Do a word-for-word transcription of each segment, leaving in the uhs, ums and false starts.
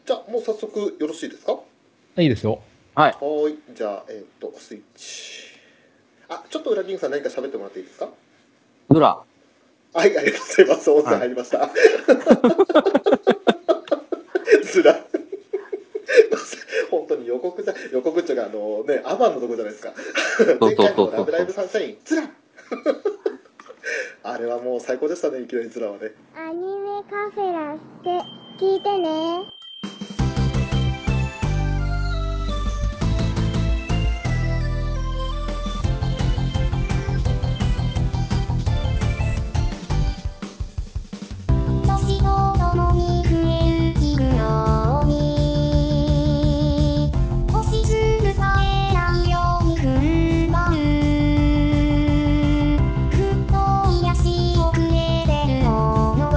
じゃあもう早速よろしいですか？ いいですよ。 はい。 はい。じゃあ、えっ、と、スイッチ。あ、ちょっと裏キングさん何か喋ってもらっていいですか？ ズラ。 はい、ありがとうございます。音声入りました。ずら。本当に予告じゃ、予告っていうか、あのね、アバンのとこじゃないですか。前回のラブライブサンシャイン、ズラ。あれはもう最高でしたね、いきなりズラはね。 アニメカフェラって聞いてね。年とともに増える日のように星屑さえないように踏ん張るふっと癒しをくれてるもの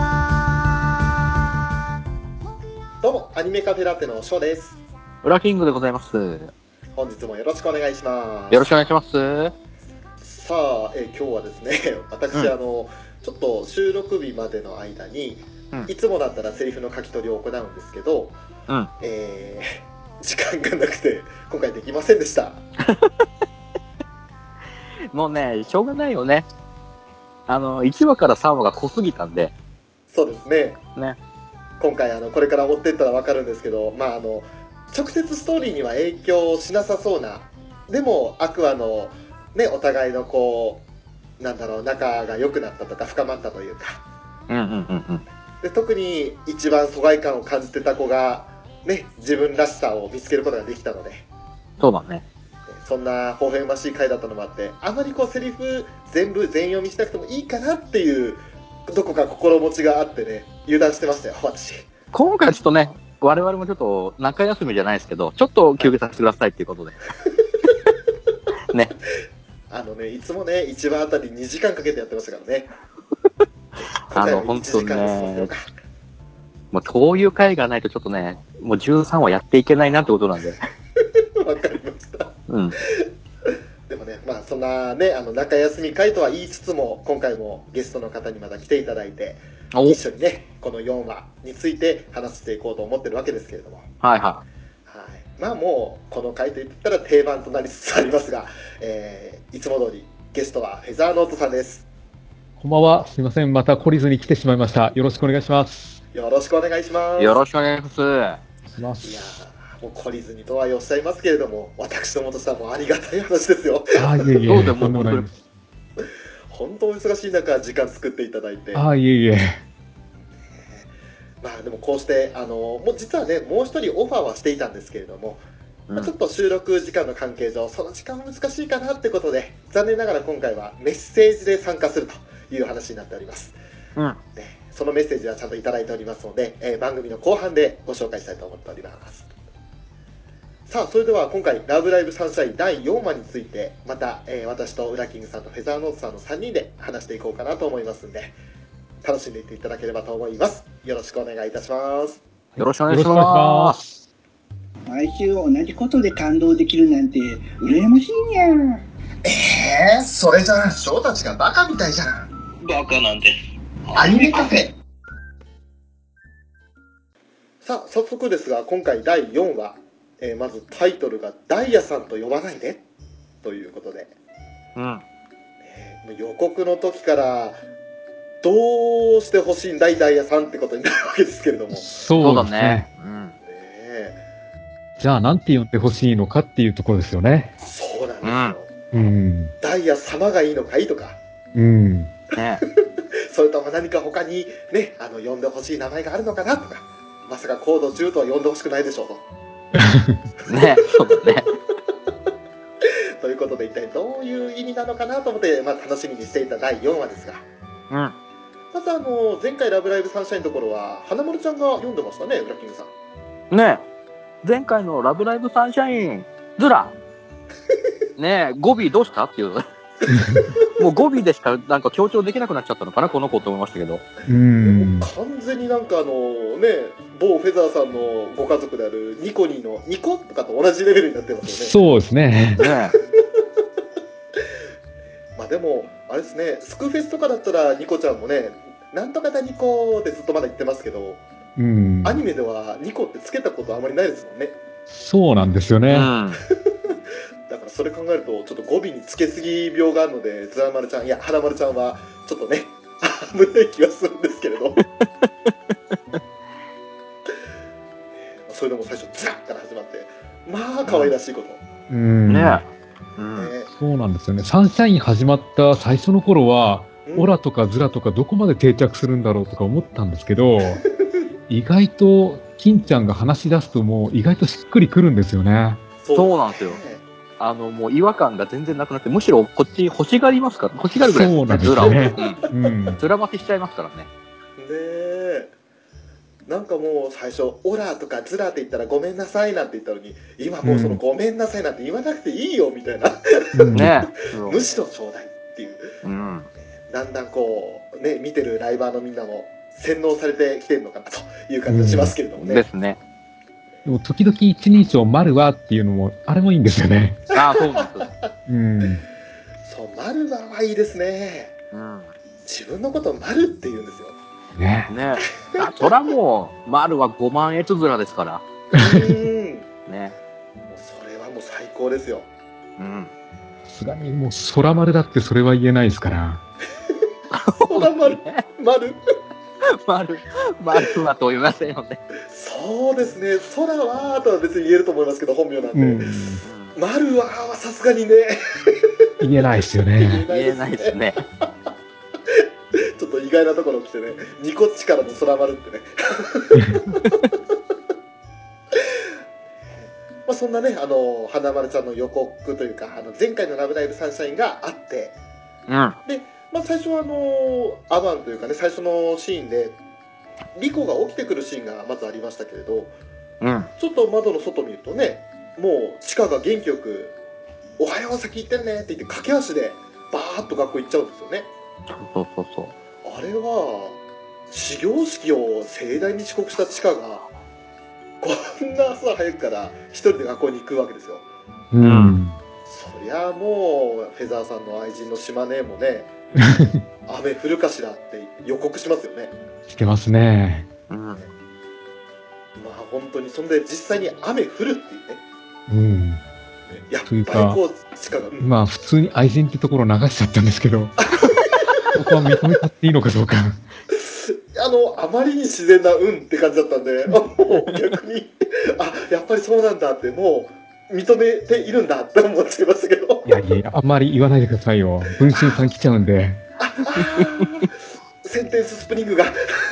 はどうも、アニメカフェラテのショーです。 裏キングでございます。 本日もよろしくお願いします。 よろしくお願いします。 さあ、え今日はですね、私、うん、あのちょっと収録日までの間に、うん、いつもだったらセリフの書き取りを行うんですけど、うん、えー、時間がなくて今回できませんでした。 もうね、しょうがないよね。あのいちわからさんわが濃すぎたんで。 そうですね。 ね。 今回あのこれから追っていったら分かるんですけど、まああの直接ストーリーには影響しなさそうな、でもアクアのね、お互いのこうなんだろう、仲が良くなったとか深まったというか、 うんうんうんうん、 で特に一番疎外感を感じてた子がね、自分らしさを見つけることができたので、 そうだね。 そんな微笑ましい回だったのもあって、あまりこうセリフ全部全読みしなくてもいいかなっていうどこか心持ちがあってね、油断してましたよ、私。 今回ちょっとね、我々もちょっと中休みじゃないですけど、ちょっと休憩させてくださいっていうことで。ね。 あのね、いつもね、いちわあたりにじかんかけてやってましたからね。 あの、本当ね、もうこういう回がないとちょっとね、もうじゅうさんわやっていけないなってことなんで。 わかりました。 うん。 でもね、まあそんなね、あの中休み会とは言いつつも、今回もゲストの方にまた来ていただいて、一緒にね、このよんわについて話していこうと思ってるわけですけれども。 はいはい。 はい、まあもうこの回といったら定番となりつつありますが、えー、いつも通りゲストはフェザーノートさんです。 こんばんは。すみません。また懲りずに来てしまいました。よろしくお願いします。 よろしくお願いします。 よろしくお願いします。 いやもう懲りずにとはおっしゃいますけれども、私どもとしてはもうありがたい話ですよ。 ああ、いえいえ。 そうでもないです。 本当お忙しい中時間作っていただいて。 ああ、いえいえ。 まあでもこうしてあのもう実はね、もう一人オファーはしていたんですけれども、うん、ちょっと収録時間の関係上その時間は難しいかなってことで、残念ながら今回はメッセージで参加するという話になっております。うん、でそのメッセージはちゃんといただいておりますので、えー、番組の後半でご紹介したいと思っております。さあそれでは今回ラブライブサンシャインだいよんわについてまた、えー、私とウラキングさんとフェザーノートさんのさんにんで話していこうかなと思いますんで、楽しんでいっていただければと思います。よろしくお願いいたします。 よろしくお願いします。 毎週同じことで感動できるなんて羨ましいにゃ。 えー、それじゃあショーたちがバカみたいじゃん。 バカなんです。 アニメカフェ。さあ早速ですが今回だいよんわ、えー、まずタイトルがダイヤさんと呼ばないでということで、うん、えー、予告の時からどうしてほしいんだいダイヤさんってことになるわけですけれども。 そうだね。 うん、ねじゃあなんて呼んでほしいのかっていうところですよね。 そうなんですよ。 うん、 ダイヤ様がいいのかいとか。 うん。 ね、それとも何か他にね、あの呼んでほしい名前があるのかなとか、まさかコードじゅうとは呼んでほしくないでしょうと。 ね、そうだね。 ということで一体どういう意味なのかなと思って、まあ、楽しみにしていただいよんわですが。うん。まずあの前回ラブライブサンシャインのところは花丸ちゃんが読んでましたね、ウラキングさん。 ねえ、前回のラブライブサンシャインズラねえ、語尾どうしたっていうもう語尾でしかなんか強調できなくなっちゃったのかなこの子と思いましたけど、 うん、 完全になんかあのね、某フェザーさんのご家族であるニコニーのニコとかと同じレベルになってますよね。 そうですね。ねまあでもあれですね、スクフェスとかだったらニコちゃんもね、なんとかだニコってずっとまだ言ってますけど、 うん。 アニメではニコってつけたことあまりないですもんね。 そうなんですよね。 うん。 だからそれ考えるとちょっと語尾につけすぎ病があるので、ズラ丸ちゃんいや花丸ちゃんはちょっとね危ない気がするんですけれどそれでも最初ズラッから始まってまあ可愛らしいこと、 うん。 ねうん。 ねそうなんですよね。サンシャイン始まった最初の頃は、 うんオラとかズラとかどこまで定着するんだろうとか思ったんですけど、意外と、金ちゃんが話し出すともう意外としっくりくるんですよね。 そうなんですよあの、もう違和感が全然なくなって、むしろこっち欲しがりますから、欲しがるぐらいそうなんですズラを。 ねうん。 うん。 ズラ待ちしちゃいますからね。 ねえなんかもう最初オラとかズラって言ったらごめんなさいなんて言ったのに、今もうそのうんごめんなさいなんて言わなくていいよみたいな、 うんねむしろちょうだいっていう、 うん。 だんだんこうね見てるライバーのみんなも洗脳されてきてるのかなという感じがしますけれどもね、 ですね。 でも時々一人称丸はっていうのも、あれもいいんですよね。 ああ、そうなんです。 うん。 そうマルバはいいですね。 うん。 自分のことをマルって言うんですよ。 ね。 ねあ、そらもう、丸はごまんえつ面ですから。 うーんもね。 うそれはもう最高ですよ。 うん。 さすがにもう空丸だってそれは言えないですから。 空丸丸丸、丸はと言いませんよね。 そうですね空はとは別に言えると思いますけど本名なんで、 うん。 丸ははさすがにね言えないですよね。 言えないですね。 ちょっと意外なところ来てね、ニコッチからの空丸ってねまあそんなねあの花丸ちゃんの予告というか、あの前回の「ラブライブサンシャイン」があって、 うん。 で、まあ、最初はあのアバンというかね最初のシーンでリコが起きてくるシーンがまずありましたけれど、 うん。 ちょっと窓の外見るとね、もうチカが元気よく「おはよう先行ってんね」って言って駆け足でバーッと学校行っちゃうんですよね。 そうそうそう。 あれは始業式を盛大に遅刻したチカがこんな朝早くから一人で学校に行くわけですよ。 うん。 そりゃあもうフェザーさんの愛人の島根もね雨降るかしらって予告しますよね。 してますね。 うん。 まあ本当にそんで実際に雨降るっていうね、 うん。 やっというかぱりこう地下が、うんまあ普通に愛人ってところ流しちゃったんですけど、ここは認めたっていいのかどうか。 あのあまりに自然な運って感じだったんで、もう逆にあやっぱりそうなんだってもう認めているんだって思っちゃいましたけど、 いやいやいや、あんまり言わないでくださいよ。文春さん来ちゃうんで。 あーセンテンススプリングがな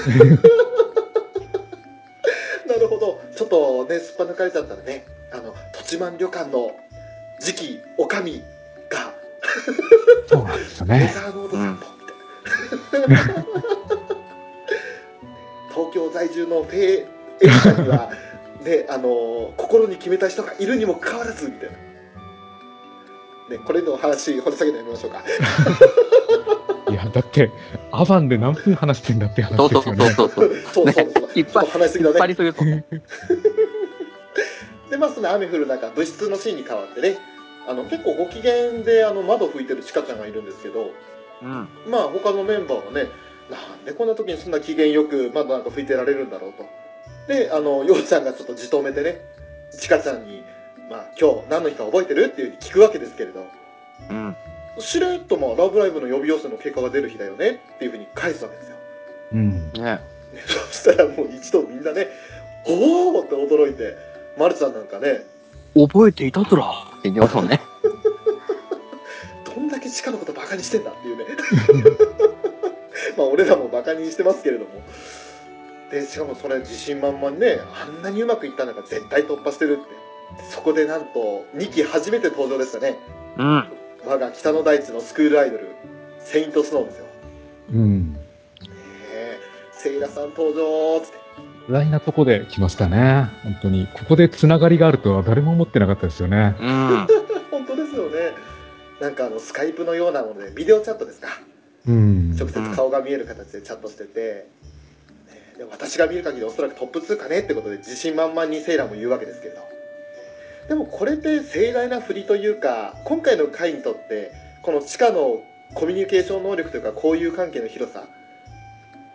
るほど、ちょっとねすっぱ抜かれちゃったらね、あの土地満旅館の次期おかみがそうなんですよフェね。 ザーノート散歩みたいな、東京在住のフェエリカにはね、あの心に決めた人がいるにもかかわらずみたいな、ね、これの話掘り下げてやめましょうかいや、だって、アバンで何分話してんだってそうそう話ですよね。 そうそう。 そうそうそういっぱいちょっと話しすぎだ引っ張りね。 すぎると。 でまあその雨降る中部室のシーンに変わってね、あの結構ご機嫌であの窓拭いてるチカちゃんがいるんですけど、 うん。 まあ他のメンバーはね、なんでこんな時にそんな機嫌よく窓なんか拭いてられるんだろうと。で、あの、ようちゃんがちょっとじとめてね、チカちゃんに、まあ今日何の日か覚えてるっていうふうに聞くわけですけれど、 うん。 しれっとまあラブライブの予備予選の結果が出る日だよねっていうふうに返すわけですよ。 うん。 ね。 ねそしたらもう一度みんなね、おおって驚いて、まるちゃんなんかね、 覚えていたずらって言ってますもんね。 どんだけチカのことバカにしてんだっていうね。まあ俺らもバカにしてますけれども。で、しかもそれ自信満々にね、あんなにうまくいったんだから絶対突破してるって。そこでなんとにき初めて登場でしたね。 うん。 我が北の大地のスクールアイドル、セイントスノーですよ。 うん。 ねえ、セイラさん登場ーっつって。 意外なとこで来ましたね。本当に。ここでつながりがあるとは誰も思ってなかったですよね。 うん。 本当ですよね。なんかあのスカイプのようなものでビデオチャットですか。 うん。 直接顔が見える形でチャットしてて、ねで私が見る限りおそらくトップツーかねってことで自信満々にセイラも言うわけですけれど、でもこれって盛大な振りというか、今回の回にとってこの地下のコミュニケーション能力というか交友関係の広さっ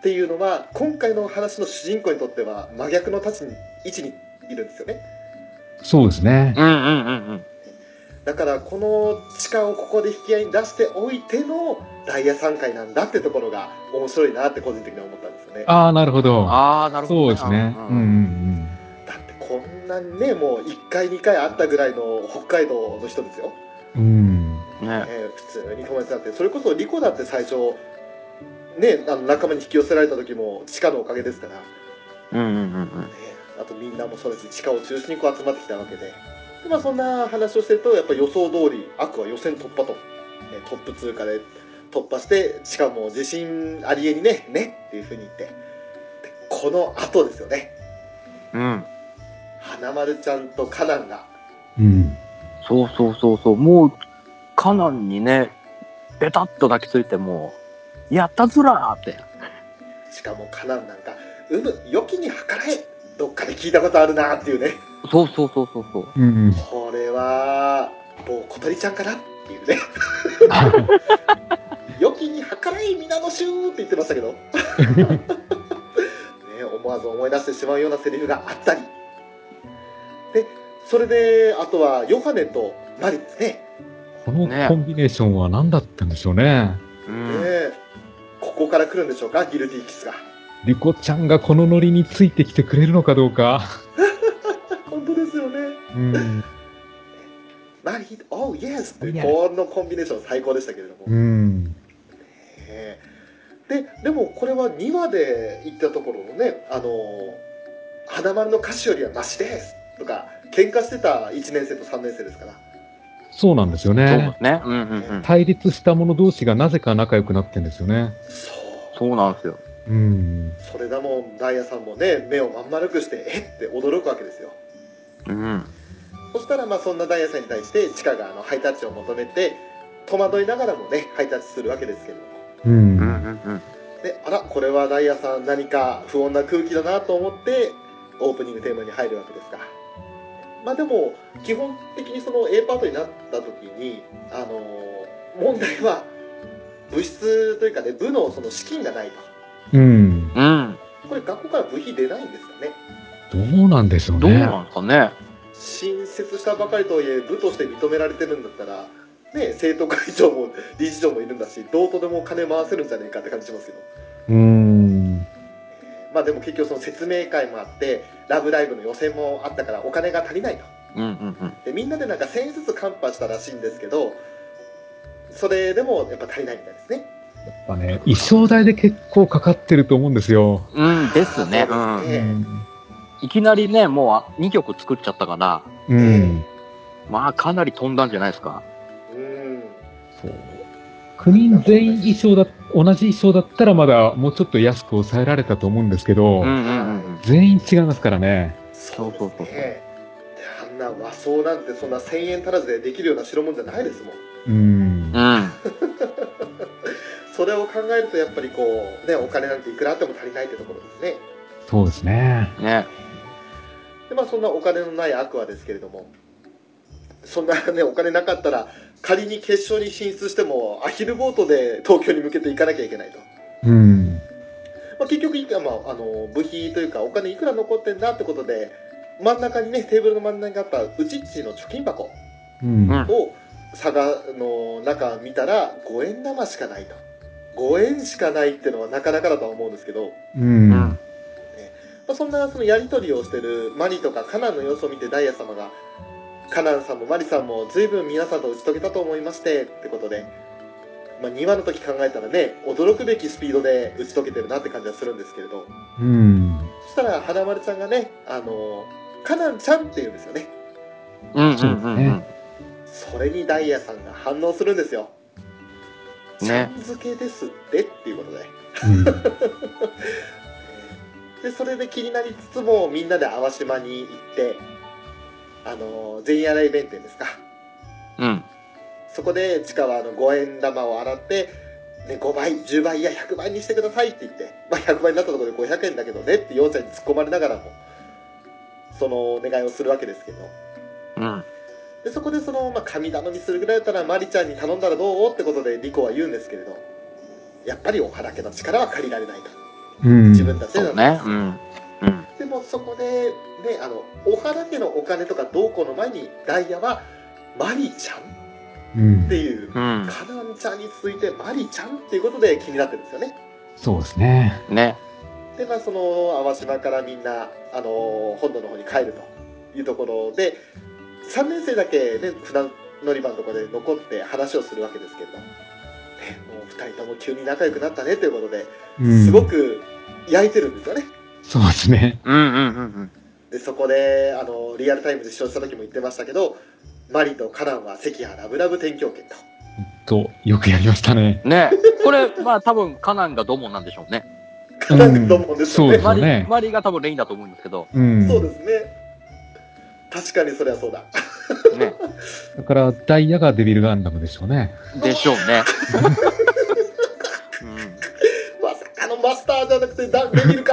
っていうのは今回の話の主人公にとっては真逆の立ちに位置にいるんですよね。 そうですね。 うんうんうんうん。 だからこの地下をここで引き合いに出しておいてのダイヤさんかいなんだってところが面白いなって個人的には思ったんですよね。 ああ、なるほど。 ああ、なるほど、ね。 そうですね。うんうんうん。 だってこんなにねもういっかいにかいあったぐらいの北海道の人ですよ。 うん。 ね。 ね、普通に友達だって、それこそリコだって最初ね、あの仲間に引き寄せられた時も地下のおかげですから、ね、 うんうんうんうん。 あとみんなもそうですし地下を中心にこう集まってきたわけで、で、まあ、そんな話をしてるとやっぱり予想通りアクは予選突破と、ね、トップ通過で突破してしかも自信ありげにねねっていう風に言って、でこの後ですよね。 うん。 花丸ちゃんとカナンが、 うん。 そうそうそうそう。もう、カナンにね、ベタッと抱きついてもう、やったずらーって。 しかもカナンなんかうむ良きに計らえどっかで聞いたことあるなっていうね。 そうそうそうそうそう。 うんうん。 これは某小鳥ちゃんかなっていうね。良きに計らい皆の衆って言ってましたけど、ね、思わず思い出してしまうようなセリフがあったりで、それであとはヨハネとマリですね。 このコンビネーションは何だったんでしょうね。 うん。 ね、ここから来るんでしょうか、ギルティーキスが。 リコちゃんがこのノリについてきてくれるのかどうか。 本当ですよね。 うん。 マリー、オーイエスっていうこのコンビネーション最高でしたけれども。 うん。 ね、ででもこれはにわで言ったところのね、あの花丸の歌詞よりはマシですとか喧嘩してたいちねん生とさんねん生ですから。 そうなんですよね。 そうですね。うんうんうん。 対立した者同士がなぜか仲良くなってんですよね。 そうそうなんですよ。 うん。 それだもんダイヤさんもね目をまん丸くしてえって驚くわけですよ。 うん。 そしたらまあそんなダイヤさんに対してチカがあのハイタッチを求めて戸惑いながらもねハイタッチするわけですけれども、 うん。 うんうんうん。 で、あらこれはダイヤさん何か不穏な空気だなと思ってオープニングテーマに入るわけですが、まあでも基本的にその A パートになった時にあのー問題は部室というかね部のその資金がないと。 うん。 うん。 これ学校から部費出ないんですかね。 どうなんでしょうね。 どうなんですかね。 新設したばかりとはいえ部として認められてるんだったらね、生徒会長も理事長もいるんだしどうとでも金回せるんじゃねえかって感じしますけど、 うーん。 まあでも結局その説明会もあってラブライブの予選もあったからお金が足りないと。 うんうんうん。 でみんなでなんかせんえんずつカンパしたらしいんですけど、それでもやっぱ足りないみたいですね。 やっぱね、衣装代で結構かかってると思うんですよ。 うんですね。 あーそうですねうん。いきなりね、もうにきょく作っちゃったから、 うん。 まあかなり飛んだんじゃないですか。 うんそう。きゅうにん全員衣装だ、同じ衣装だったらまだもうちょっと安く抑えられたと思うんですけど、 うんうんうんうん。 全員違いますからね。 そうですそうそうそうそうね。であんな和装なんてそんなせんえん足らずでできるような代物じゃないですもん。 うん。 うん。 それを考えるとやっぱりこうねお金なんていくらあっても足りないってところですね。 そうですね。 ね。 でまあそんなお金のないアクアですけれども、そんなねお金なかったら仮に決勝に進出してもアヒルボートで東京に向けて行かなきゃいけないと。 うん。 まあ、結局、まあ、あの部費というかお金いくら残ってんだってことで真ん中にねテーブルの真ん中にあったうちっちの貯金箱うん。 うんを差がの中見たらごえん玉しかないと。ごえんしかないっていうのはなかなかだとは思うんですけど、 うん。 うん。 まあ、そんなそのやり取りをしてるマリとかカナンの様子を見てダイヤ様がカナンさんもマリさんも随分皆さんと打ち解けたと思いましてってことで、まあ、にわの時考えたらね驚くべきスピードで打ち解けてるなって感じはするんですけれど、 うん。 そしたら花丸ちゃんがねあのカナンちゃんって言うんですよね。 うんうんうんうん。 それにダイヤさんが反応するんですよ。ちゃね。 ん付けですってっていうことでうん。 でそれで気になりつつもみんなで淡島に行ってあの銭洗い弁天ですか、 うん。 そこでチカはあのごえん玉を洗って、ね、ごばいじゅうばいいやひゃくばいにしてくださいって言って、まあ、ひゃくばいになったところでごひゃくえんだけどねってようちゃんに突っ込まれながらもそのお願いをするわけですけど、 うん。 でそこでその、まあ、神頼みするぐらいだったらマリちゃんに頼んだらどうってことでリコは言うんですけれど、やっぱりおはらけの力は借りられないと。 うん。 自分たちでそうね。 なんです。 うん。うん。 でもそこで、ね、あの、お原家のお金とかどうこうの前に、ダイヤは、マリちゃんうんって。いう、 うん。 カナンちゃんに続いてマリちゃんっていうことで気になってるんですよね。 そうですね。 ね。 で、まあ、その、淡島からみんな、あの、本土の方に帰るというところで、さんねん生だけね、船乗り場のところで残って話をするわけですけれど、ね、もうふたりとも急に仲良くなったねということで、 うん。 すごく焼いてるんですよね。 そうですね。 うんうんうんうん。 で、そこで、あの、リアルタイムで視聴した時も言ってましたけど、マリとカナンは関谷ラブラブ天狂犬と。 と、よくやりましたね。 ね。これ、まあ多分、カナンがドモンなんでしょうね。 カナンと思うんですよね。 そうですマリ、 よね。 マリが多分レインだと思うんですけど。 うん。 そうですね。確かにそれはそうだ。 ね。 だから、ダイヤがデビルガンダムでしょうね。 でしょうね。うん。 まさかのマスターじゃなくてダデビルか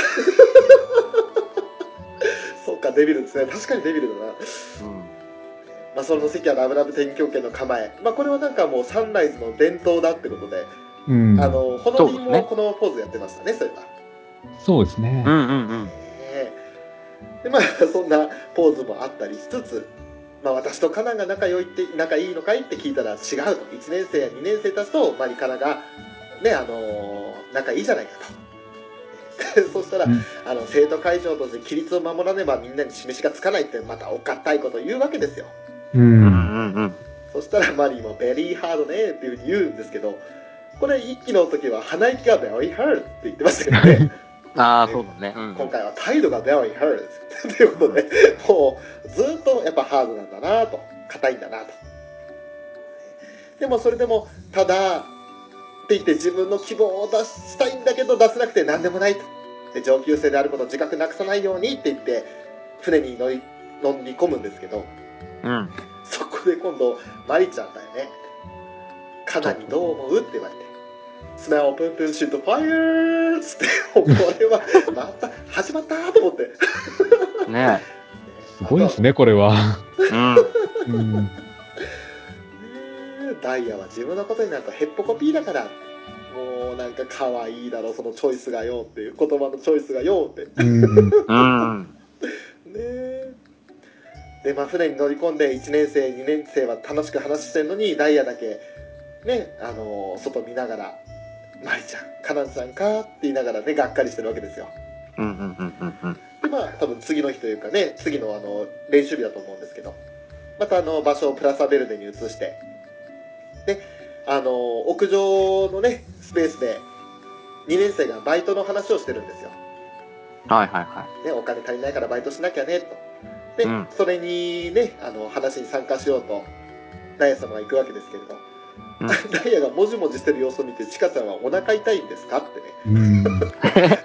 そうか、デビルですね。確かにデビルだな。 うん。 まあ、その関はラブラブ天狂犬の構え。まあ、これはなんかもうサンライズの伝統だってことで、 うん。 あの、ホノリンそうですねもこのポーズやってましたね、そういえば。 そうですね。 うんうんうん。 ねで、まあ、そんなポーズもあったりしつつ、まあ、私とカナンが仲良いって仲いいのかいって聞いたら違うと。いちねん生やにねん生たちとマリカナが、ね、あのー仲いいじゃないかと。そしたら、 うんあの生徒会長として規律を守らねばみんなに示しがつかないってまたお堅いことを言うわけですよ。 う。 うんんうんうん。 そしたらマリーもベリーハードねっていうふうに言うんですけど、これ一期の時は鼻息が very hard って言ってましたけどね。 ああ、そうだね。うん。 今回は態度が very hard ということで、もうずっとやっぱハードなんだなと、硬いんだなと。でもそれでもただって言って自分の希望を出したいんだけど出せなくて何でもないと。で上級生であることを自覚なくさないようにって言って船に乗り乗り込むんですけど、 うん。 そこで今度マリちゃんだよね。カナにどう思うって言われて、スナーオープンプンシュートファイヤーっつって、もうこれはまた始まったと思って。 ねすごいですね、これは。 え。うん。 うん。 ねえダイヤは自分のことになるとヘッポコピーだから、もうなんか可愛いだろそのチョイスがよっていう言葉のチョイスがよってねうん。 うん。 えでまあ船に乗り込んでいちねん生にねん生は楽しく話してるのにダイヤだけねあのー外見ながらマリちゃんカナンちゃんかって言いながらねがっかりしてるわけですよ。 うんうんうんうんうん。 でまあ多分次の日というかね次のあの練習日だと思うんですけど、またあの場所をプラサベルデに移してであの屋上のねスペースでにねん生がバイトの話をしてるんですよ、 はいはいはね、お金足りないからバイトしなきゃねとで、 うんそれにねあの話に参加しようとダイヤ様が行くわけですけれど、 うんダイヤがもじもじしてる様子を見てチカちゃんはお腹痛いんですかってねうん。 でこ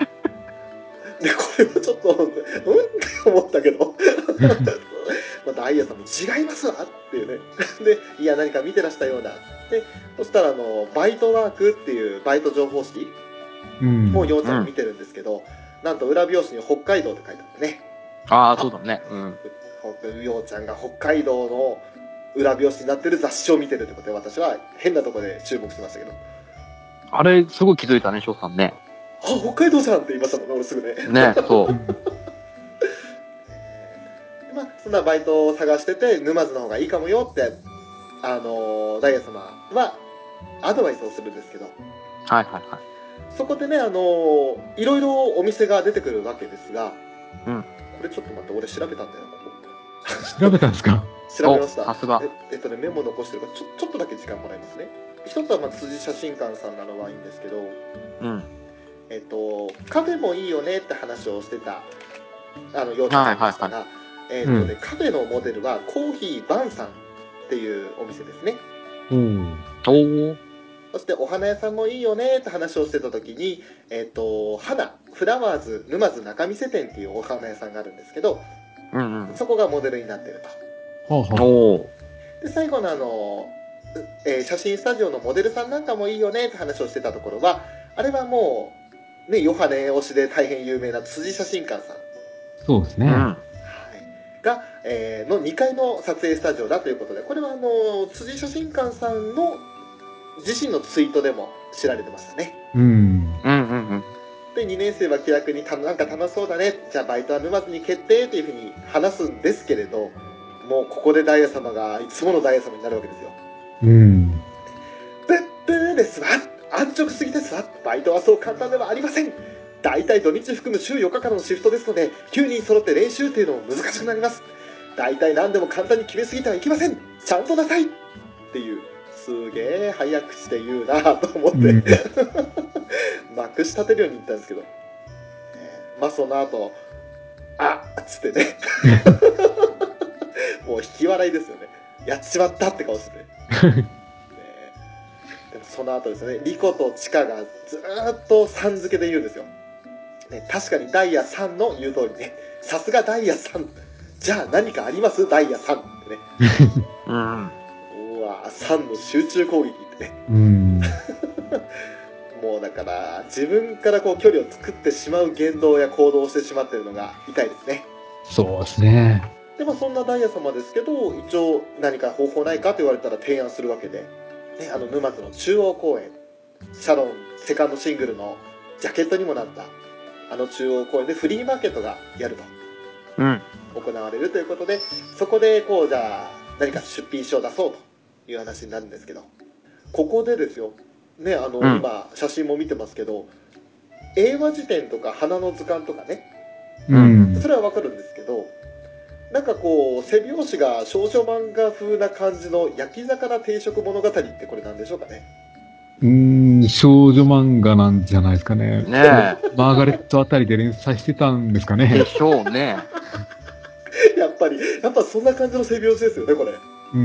れはちょっとうんって思ったけどまあダイヤさんも違いますわっていうねでいや何か見てらしたようなでそしたらあのバイトワークっていうバイト情報誌うん。 もうようちゃんが見てるんですけど、なんと裏表紙に北海道って書いてあってね、 い。ああ、そうだね。うん。 ようちゃんが北海道の裏表紙になってる雑誌を見てるってことで私は変なところで注目してましたけど、 あれ、すごい気づいたね、翔さんね。 あ北海道じゃんって言いましたもんね俺すぐね。 ね、そうう。 んまあそんなバイトを探してて沼津の方がいいかもよってあのダイヤ様はアドバイスをするんですけど、 はいはいはい。 そこでねあのいろいろお店が出てくるわけですが、 うんこれちょっと待って俺調べたんだよここ調べたんですか？ 調べました。 おさすがええっとねメモ残してるからちょちょっとだけ時間もらいますね。一つはまあ辻写真館さんなのはいいんですけど、 うん。 えっとカフェもいいよねって話をしてたあのようちゃんでしたが、えっとね、カフェのモデルはコーヒーバンさんっていうお店ですね。 うん。 おー。 そしてお花屋さんもいいよねって話をしてた時に、えっと花フラワーズ沼津仲見世店っていうお花屋さんがあるんですけど、 うんうん。 そこがモデルになってると。 はあはあ。 おー。 で最後のあの、えー写真スタジオのモデルさんなんかもいいよねって話をしてたところは、あれはもうねヨハネ推しで大変有名な辻写真館さん、 そうですね。 うん。 はいが、えーのにかいの撮影スタジオだということで、これはあの辻写真館さんの自身のツイートでも知られてましたね。 うん。 うんうんうん。 ででにねん生は気楽にたなんか楽しそうだね、じゃあバイトは沼津に決定というふうに話すんですけれど、もうここでダイヤ様がいつものダイヤ様になるわけですよ。 うん。 ブッブーですわ、安直すぎですわ、バイトはそう簡単ではありません。大体土日含む週よっかかんのシフトですので、きゅうにん揃って練習っていうのも難しくなります。大体何でも簡単に決めすぎてはいけません。ちゃんとなさいっていう、すげえ早口で言うなと思って、うん、まくし立てるように言ったんですけど、まあその後、あっつってねもう引き笑いですよね。やっちまったって顔しててでもその後ですね、リコとチカがずーっとさん付けで言うんですよ、ね、確かにダイヤさんの言う通りね、さすがダイヤさん、じゃあ何かありますダイヤさんってねうんうわさんの集中攻撃ってねうんもうだから自分からこう距離を作ってしまう言動や行動をしてしまっているのが痛いですね。 そうですね。 でもそんなダイヤ様ですけど、一応何か方法ないかと言われたら提案するわけで、ね、あの沼津の中央公園、シャロンセカンドシングルのジャケットにもなったあの中央公園でフリーマーケットがやると、うん、行われるということで、そこでこうじゃあ何か出品書を出そうという話になるんですけど、ここでですよね、あの、うん、今写真も見てますけど、英和辞典とか花の図鑑とかね、うん、それはわかるんですけど、なんかこう背表紙が少女漫画風な感じの焼き魚定食物語ってこれなんでしょうかね。 うーん、少女漫画なんじゃないですかね。 ねえ。 マーガレットあたりで連載してたんですかね。 でしょうね。 やっぱり、やっぱそんな感じの背表紙ですよね、これ。 うん。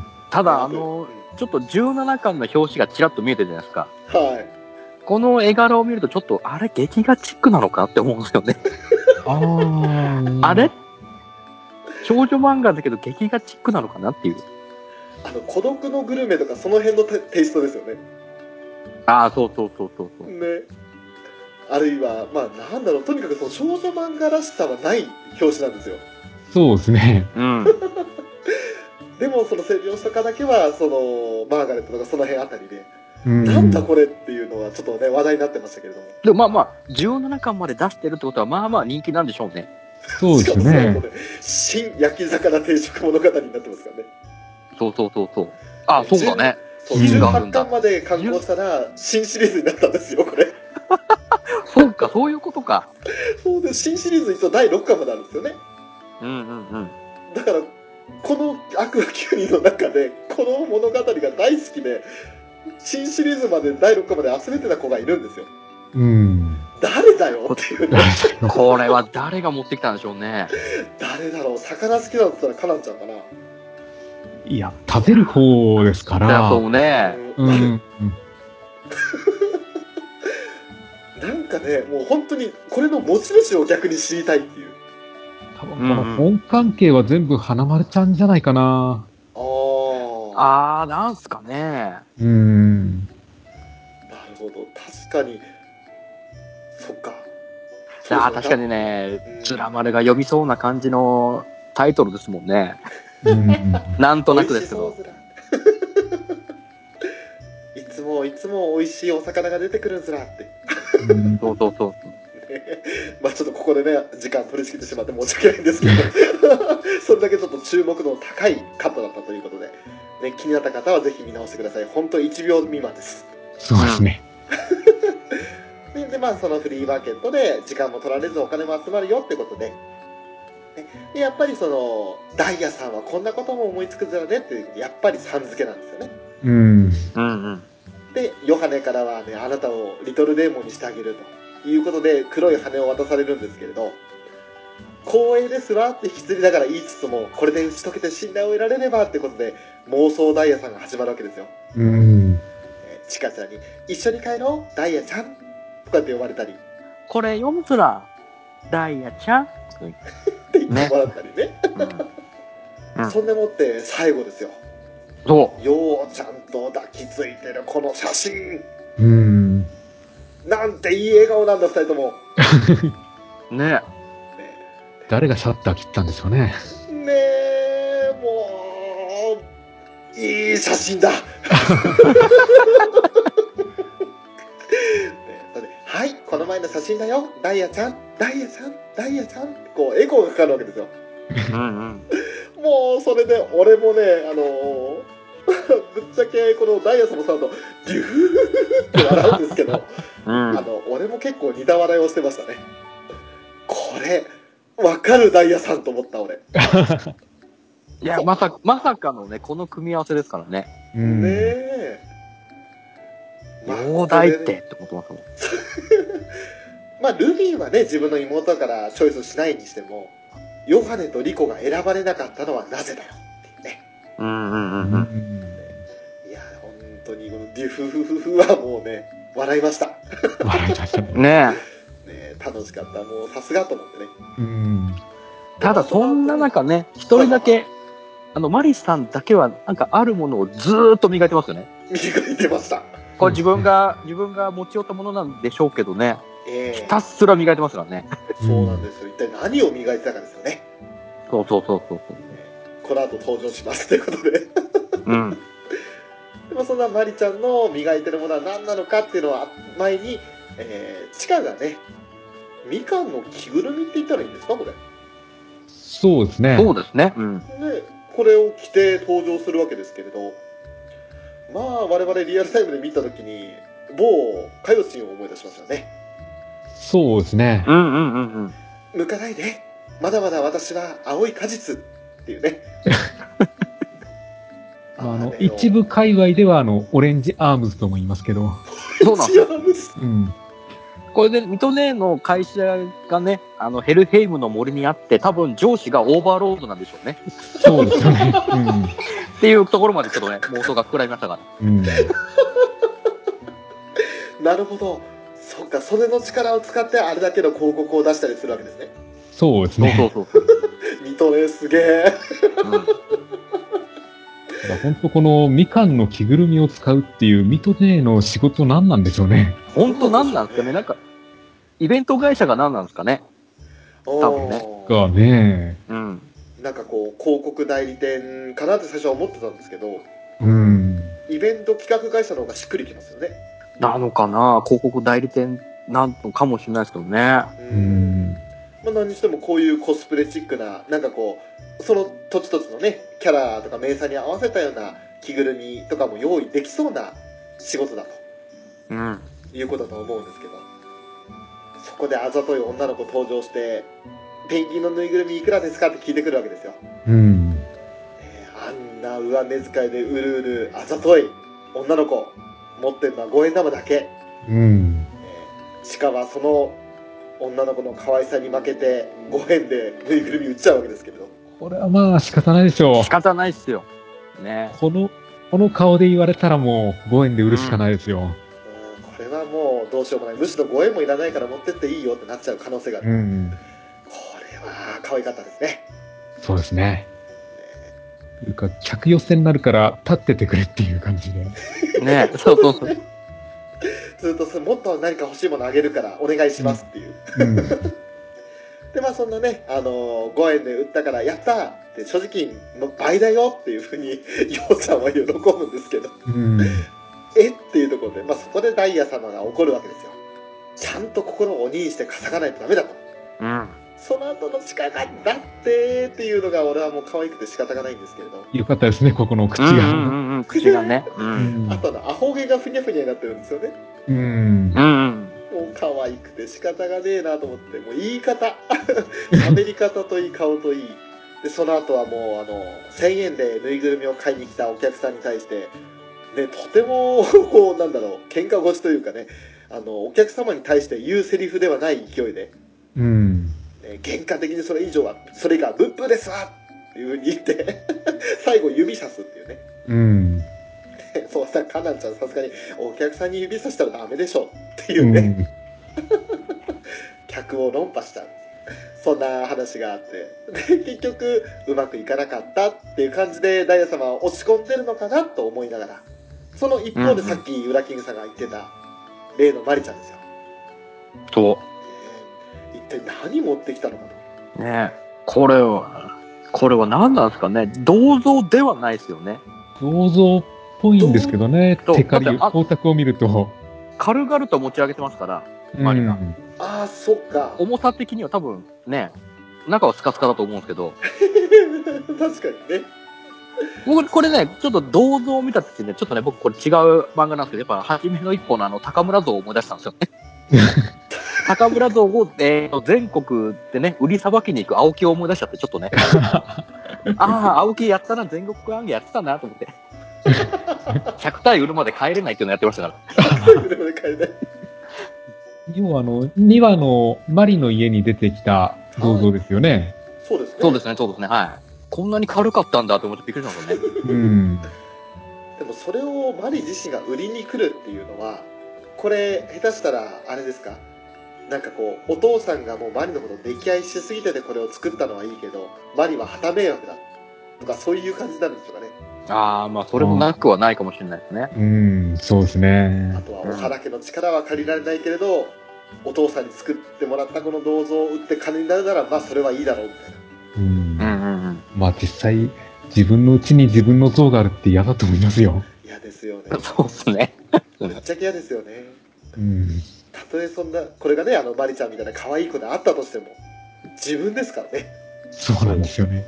ただ、あの、ちょっとじゅうななかんの表紙がちらっと見えてるじゃないですか。 はい。 この絵柄を見るとちょっと、あれ、劇画チックなのかって思うんですよね。ああ。あれ少女漫画だけど劇画チックなのかなっていう。 あの、孤独のグルメとかその辺のテテイストですよね。 ああ、そうそうそうそうそう。 ね。あるいは、まあなんだろう、とにかくその少女漫画らしさはない表紙なんですよ。 そうですね。 うん。 でもその背表紙とかだけは、その、マーガレットとかその辺あたりで、うん、なんだこれっていうのはちょっとね、話題になってましたけれども。 でもまあまあ、じゅうななかんまで出してるってことは、まあまあ人気なんでしょうね。 そうですね。 新焼き魚定食物語になってますからね。 そうそうそうそう。あ、そうだね。 じゅうはちかんまで刊行したら、新シリーズになったんですよ、これ。 そうか、そういうことか。 そうです。新シリーズ一応だいろっかんまであるんですよね。 うんうんうん。 だから、この悪魔きゅうにんの中で、この物語が大好きで、新シリーズまでだいろっかんまで集めてた子がいるんですよ。 うん。 誰だよっていうね。 これは誰が持ってきたんでしょうね。 誰だろう、魚好きだったらカナンちゃんかな。 いや、食べる方ですから。 だとね。 うん。 なんかね、もう本当にこれの持ち主を逆に知りたいっていう。 多分この本関係は全部花丸ちゃんじゃないかな。 ああ。 ああ、なんすかね。 うん。 なるほど、確かに。そっか。 ああ、確かにね、ズラ丸が読みそうな感じのタイトルですもんね。うん、なんとなくですけど。 いつもいつも美味しいお魚が出てくるんずらって。 うん、そうそうそう。 まあちょっとここでね、時間取りすぎてしまって申し訳ないんですけど、それだけちょっと注目度の高いカットだったということで、ね、気になった方はぜひ見直してください。本当いちびょう未満です。 そうですね。 で, でまあそのフリーマーケットで時間も取られずお金も集まるよってことで、でやっぱりそのダイヤさんはこんなことも思いつくずらねっていうやっぱりさん付けなんですよね。 うん。 うんうん。 でヨハネからはね、あなたをリトルデーモンにしてあげるということで黒い羽を渡されるんですけれど、光栄ですわって引き継ぎながら言いつつも、これで打ち解けて信頼を得られればってことで妄想ダイヤさんが始まるわけですよ。 うん。 えー、チカちゃんに一緒に帰ろうダイヤちゃんとかって呼ばれたり、 これ読むずらダイヤちゃんって言ってもらったりね、うんうん、そんでもって最後ですよ。 そうようちゃんと抱きついてるこの写真、 うん、 なんていい笑顔なんだふたりともねえ、 誰がシャッター切ったんでしょうね。 ねえ、もういい写真だはい、この前の写真だよ、ダイヤちゃん、ダイヤちゃん、ダイヤちゃんってこうエコーがかかるわけですよ。 うんうん。 もうそれで俺もね、あのーぶっちゃけこのダイヤさんもそうだとデューって笑うんですけど、 うん、 あの俺も結構似た笑いをしてましたね。これわかるダイヤさんと思った俺。 いや、まさ、まさかのね、この組み合わせですからね。 うんねえ。 容体ってって思ってますもん。 まあルビーはね、自分の妹からチョイスしないにしても、ヨハネとリコが選ばれなかったのはなぜだよっていうね。 うんうんうんうん。 いや本当にこのデュフフフフはもうね、笑いました。 笑いましたね。 ねねえ、楽しかった。もうさすがと思ってね。 うん。 ただそんな中ね、一人だけ、あの、マリさんだけは、なんかあるものをずーっと磨いてますよね。 磨いてました。 これ自分が、自分が持ち寄ったものなんでしょうけどね。 ええ、 ひたすら磨いてますからね。 そうなんですよ。一体何を磨いてたかですよね。 そうそうそうそう。 この後登場しますということで。 うん。 でもそんなマリちゃんの磨いてるものは何なのかっていうのは前に、えー、チカがね、みかんの着ぐるみって言ったらいいんですかこれ。 そうですね。 そうですね。うん。 で、これを着て登場するわけですけれど、まあ我々リアルタイムで見たときに某カヨシンを思い出しますよね。 そうですね。 うんうんうんうん。 向かないで、まだまだ私は青い果実っていうね。 まあ、あの、一部界隈では、あの、オレンジアームズとも言いますけど。 そうなんですよ。 うん。 これで、ミトネーの会社がね、あの、ヘルヘイムの森にあって、多分上司がオーバーロードなんでしょうね。 そうですよね。うん。 っていうところまでちょっとね、妄想が膨らみましたから。 うん。 なるほど。そっか、それの力を使ってあれだけの広告を出したりするわけですね。 そうですね。 そうそうそう。 ミトネすげえ。 うん本当このみかんの着ぐるみを使うっていうミトネーの仕事何なんでしょうね。 本当何なんですかね。なんか、イベント会社が何なんですかね。多分ね。 がね。 うん。 なんかこう、広告代理店かなって最初は思ってたんですけど、 うん。 イベント企画会社の方がしっくりきますよね。 なのかな、広告代理店なのかもしれないですけどね。 うん。まあ何にしてもこういうコスプレチックな、なんかこう、その土地土地のね、キャラとか名産に合わせたような着ぐるみとかも用意できそうな仕事だと。 うん。 いうことだと思うんですけど、そこであざとい女の子登場してペンギンのぬいぐるみいくらですかって聞いてくるわけですよ、 うんえー、あんな上目遣いでうるうるあざとい女の子持ってるのはごえん玉だけ、 うんえー、シカはその女の子の可愛さに負けてごえんでぬいぐるみ売っちゃうわけですけれど、 これはまあ仕方ないでしょう。 仕方ないっすよ。ね。 この、この顔で言われたらもうごえんで売るしかないですよ。うんこれはもうどうしようもない、むしろごえんもいらないから持ってっていいよってなっちゃう可能性がある、うん、これは可愛かったですね。 そうですね。というか客寄せになるから立っててくれっていう感じでね。そうそうそう。 ずっとそもっと何か欲しいものあげるからお願いしますっていう、うん、でまあそんなね、あのー、ごえんで売ったからやったって所持金の倍だよっていうふうにようちゃんは喜ぶんですけど、うんえっていうところで、まあ、そこでダイヤ様が怒るわけですよ。ちゃんと心を鬼にして稼がないとダメだと。うん。その後の力がだってっていうのが俺はもう可愛くて仕方がないんですけれど。 よかったですね、ここの口が。うんうんうん、口がね。 うん、あとのアホ毛がふにゃふにゃになってるんですよね。 うん。うん。 もう可愛くて仕方がねえなと思って、もう言い方、喋り方といい顔といい。で、その後はもうあの、せんえんでぬいぐるみを買いに来たお客さんに対して、ね、とてもこうなんだろう喧嘩腰というかね、あのお客様に対して言うセリフではない勢いで、うんね、原価的にそれ以上はそれ以下はブッブーですわっていう風に言って最後指さすっていうね、うん、そうしたらカナンちゃんさすがにお客さんに指さしたらダメでしょっていうね、うん、客を論破しちゃう、そんな話があって、で結局うまくいかなかったっていう感じでダイヤ様は落ち込んでるのかなと思いながら、その一方でさっきウラキングさんが言ってた例のマリちゃんですよ。 そう。 えー、一体何持ってきたのかと。 ねえ、これは、これは何なんですかね。銅像ではないですよね。 銅像っぽいんですけどね、テカリ、光沢を見ると。 軽々と持ち上げてますから。 マリがうんああ、そっか。 重さ的には多分ね、中はスカスカだと思うんですけど、 確かにね。 僕これね、ちょっと銅像を見た時ね、ちょっとね、僕これ違う漫画なんですけど、やっぱ初めの一歩のあの、高村像を思い出したんですよね。高村像を、えー、全国でね、売りさばきに行く青木を思い出しちゃって、ちょっとね。ああ、青木やったな、全国暗記やってたなと思って。ひゃく体売るまで帰れないっていうのやってましたから。 でもね、帰れない。 要はあの、にわのマリの家に出てきた銅像ですよね。 そうですね。 そうですね、そうですね、はい。こんなに軽かったんだと思ってびっくりしたんですよね。 うん。 でもそれをマリ自身が売りに来るっていうのは、これ下手したらあれですか、なんかこうお父さんがもうマリのこと溺愛しすぎててこれを作ったのはいいけど、マリは旗迷惑だとかそういう感じなんでしょうかね。 ああ、まあ、それもなくはないかもしれないですね。 うん、そうですあね。 とはお原家の力は借りられないけれど、お父さんに作ってもらったこの銅像を売って金になるならまあそれはいいだろうみたいな。 うん。 うんうんうん。 まあ実際、自分の家に自分の像があるって嫌だと思いますよ。 嫌ですよね。 そうですね。 ぶっちゃけ嫌ですよね。 うん。 たとえそんなこれがね、あのマリちゃんみたいな可愛い子であったとしても自分ですからね。 そうなんですよね。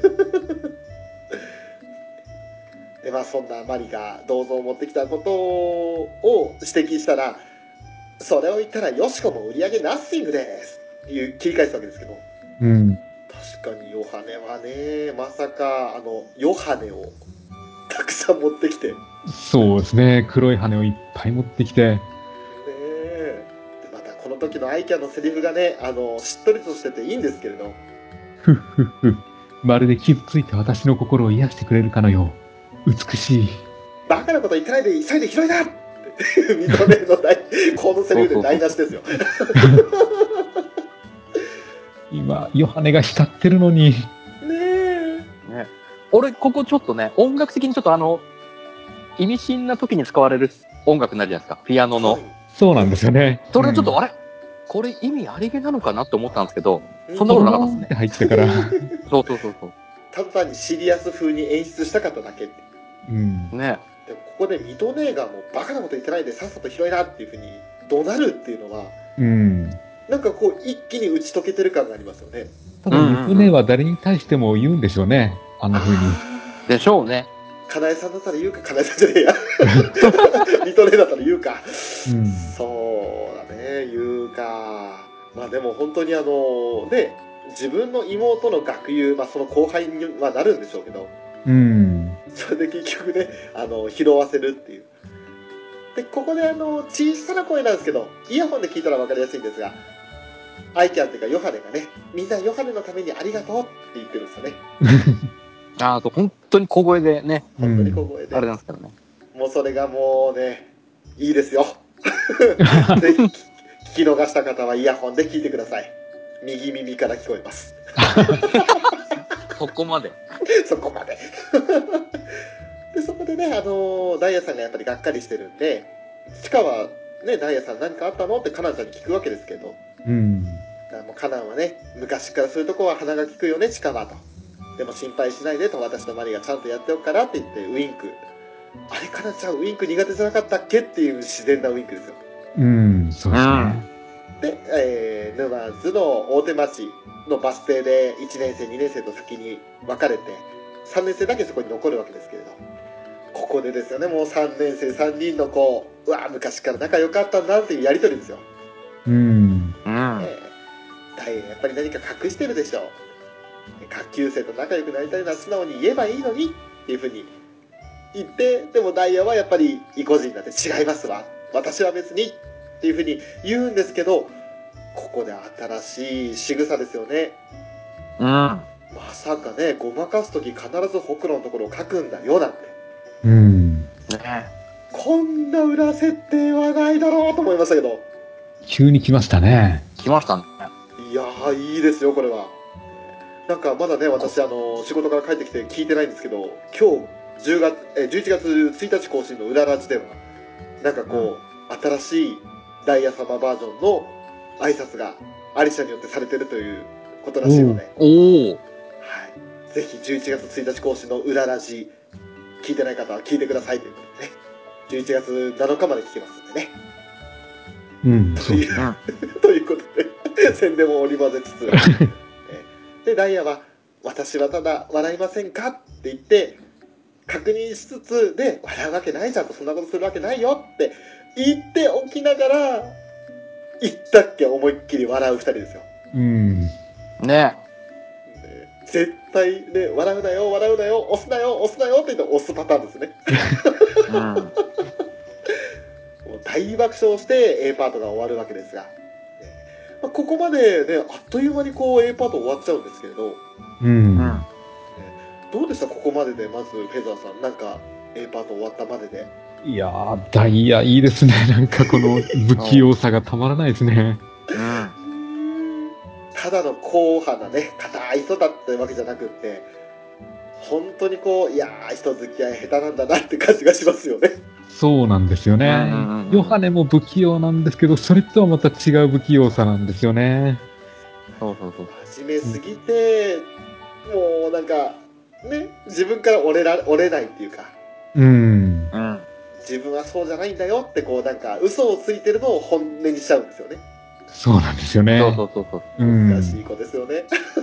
でまあそんなマリが銅像を持ってきたことを指摘したら、それを言ったらよしこも売り上げナッシングですっていう切り返すわけですけど、 うん。 確かにヨハネはね、まさかあのヨハネをたくさん持ってきてねそうですね。黒い羽をいっぱい持ってきて。 え、でまたこの時のアイキャンのセリフがね、あのしっとりとしてていいんですけれど、 ふっふっふ。まるで傷ついた私の心を癒してくれるかのよう。美しい。 バカなこと言ってないで急いで拾いだって認めの大このセリフで台無しですよ。 今、ヨハネが光ってるのに。 ねえ。 ね、俺、ここちょっとね、音楽的にちょっとあの、意味深な時に使われる音楽になるじゃないですか、ピアノの。 はい、 そうなんですよね。 それでちょっと、 うん、 あれこれ意味ありげなのかなって思ったんですけど、そんなことなかったですね。 入ってから。 そうそうそうそう。 ただ単にシリアス風に演出したかっただけって。 うん。 ね。 でもここで水戸姉がもうバカなこと言ってないでさっさと拾いなっていう風に怒鳴るっていうのは、 うん。 なんかこう一気に打ち解けてる感がありますよね。 多分、ミフネは誰に対しても言うんでしょうね。あんな風に。 あでしょうね。 かなえさんだったら言うか、かなえさんじゃねえや。水戸姉だったら言うか。 うん。 そうだね、言うか。まあでも本当にあのね、自分の妹の学友、まあその後輩にはなるんでしょうけど、 うん。 それで結局ね、あの拾わせるっていう。でここであの小さな声なんですけど、イヤホンで聞いたら分かりやすいんですが、アイキャンっていうかヨハネがね、みんなヨハネのためにありがとうって言ってるんですよね。 ああ、そう、本当に小声でね、 本当に小声で、 あれなんですけどね。 もうそれがもうね、いいですよ。ぜひ聞き逃した方はイヤホンで聞いてください。右耳から聞こえます。 そこまで。 そこまで。でそこでね、あのダイヤさんがやっぱりがっかりしてるんで、チカはね、ダイヤさん何かあったのってカナンちゃんに聞くわけですけど、 うん。 だからもうカナンはね、昔からそういうとこは鼻が利くよね、チカはと。でも心配しないでと、私とマリがちゃんとやっておくからって言ってウインク。あれ、カナンちゃんウインク苦手じゃなかったっけっていう自然なウインクですよ。 うん、そうですね。 で、えー、沼津の大手町のバス停でいちねん生にねん生と先に分かれてさんねん生だけそこに残るわけですけれど、ここでですよね、もうさんねん生さんにんの子、うわ昔から仲良かったんだっていうやり取りですよ。 うん。 うん。 えー、大やっぱり何か隠してるでしょう。下級生と仲良くなりたいのは素直に言えばいいのにっていうふうに言って、でもダイヤはやっぱり意固地になって違いますわ、私は別にっていうふうに言うんですけど、ここで新しい仕草ですよね。 うん。 まさかね、ごまかす時必ずほくろのところを書くんだよなんて、 うん。 ね。 こんな裏設定はないだろうと思いましたけど、 急に来ましたね。 来ましたね。 いやーいいですよこれは。なんかまだね、私あの仕事から帰ってきて聞いてないんですけど、今日じゅうがつえじゅういちがつついたち更新の裏ラジではなんかこう、新しいダイヤ様バージョンの挨拶がアリシャによってされてるということらしいので、 おお。 はい、ぜひじゅういちがつついたち更新の裏ラジ聞いてない方は聞いてくださいということでね、じゅういちがつなのかまで聞けますんでね。 うん、そうですね。 ということで宣伝も織り交ぜつつでダイヤは「私はただ笑いませんか?」って言って確認しつつで「笑うわけないじゃん」と「そんなことするわけないよ」って言っておきながら言ったっけ思いっきり笑う二人ですよ。 うん。 ね。 絶対ね、笑うなよ笑うなよ押すなよ押すなよって言って押すパターンですね。 うん。 もう大爆笑して A パートが終わるわけですが、ねまあ、ここまでねあっという間にこう A パート終わっちゃうんですけれど、 うん。 うん。 ねどうでしたここまでで。まずフェザーさんなんか A パート終わったまでで。 いやー、ダイヤいいですね。なんかこの不器用さがたまらないですね。 うん。 ただの硬派なね硬い人だったわけじゃなくって本当にこういやー人付き合い下手なんだなって感じがしますよね。 そうなんですよね。 うんうんうんうんヨハネも不器用なんですけど、それとはまた違う不器用さなんですよね。 そうそうそう。 真面目すぎて、もうなんかね自分から折れら折れないっていうかうん。 うん。 自分はそうじゃないんだよってこうなんか嘘をついてるのを本音にしちゃうんですよね。 そうなんですよね。 そうそうそうそう。 うん。 難しい子ですよね。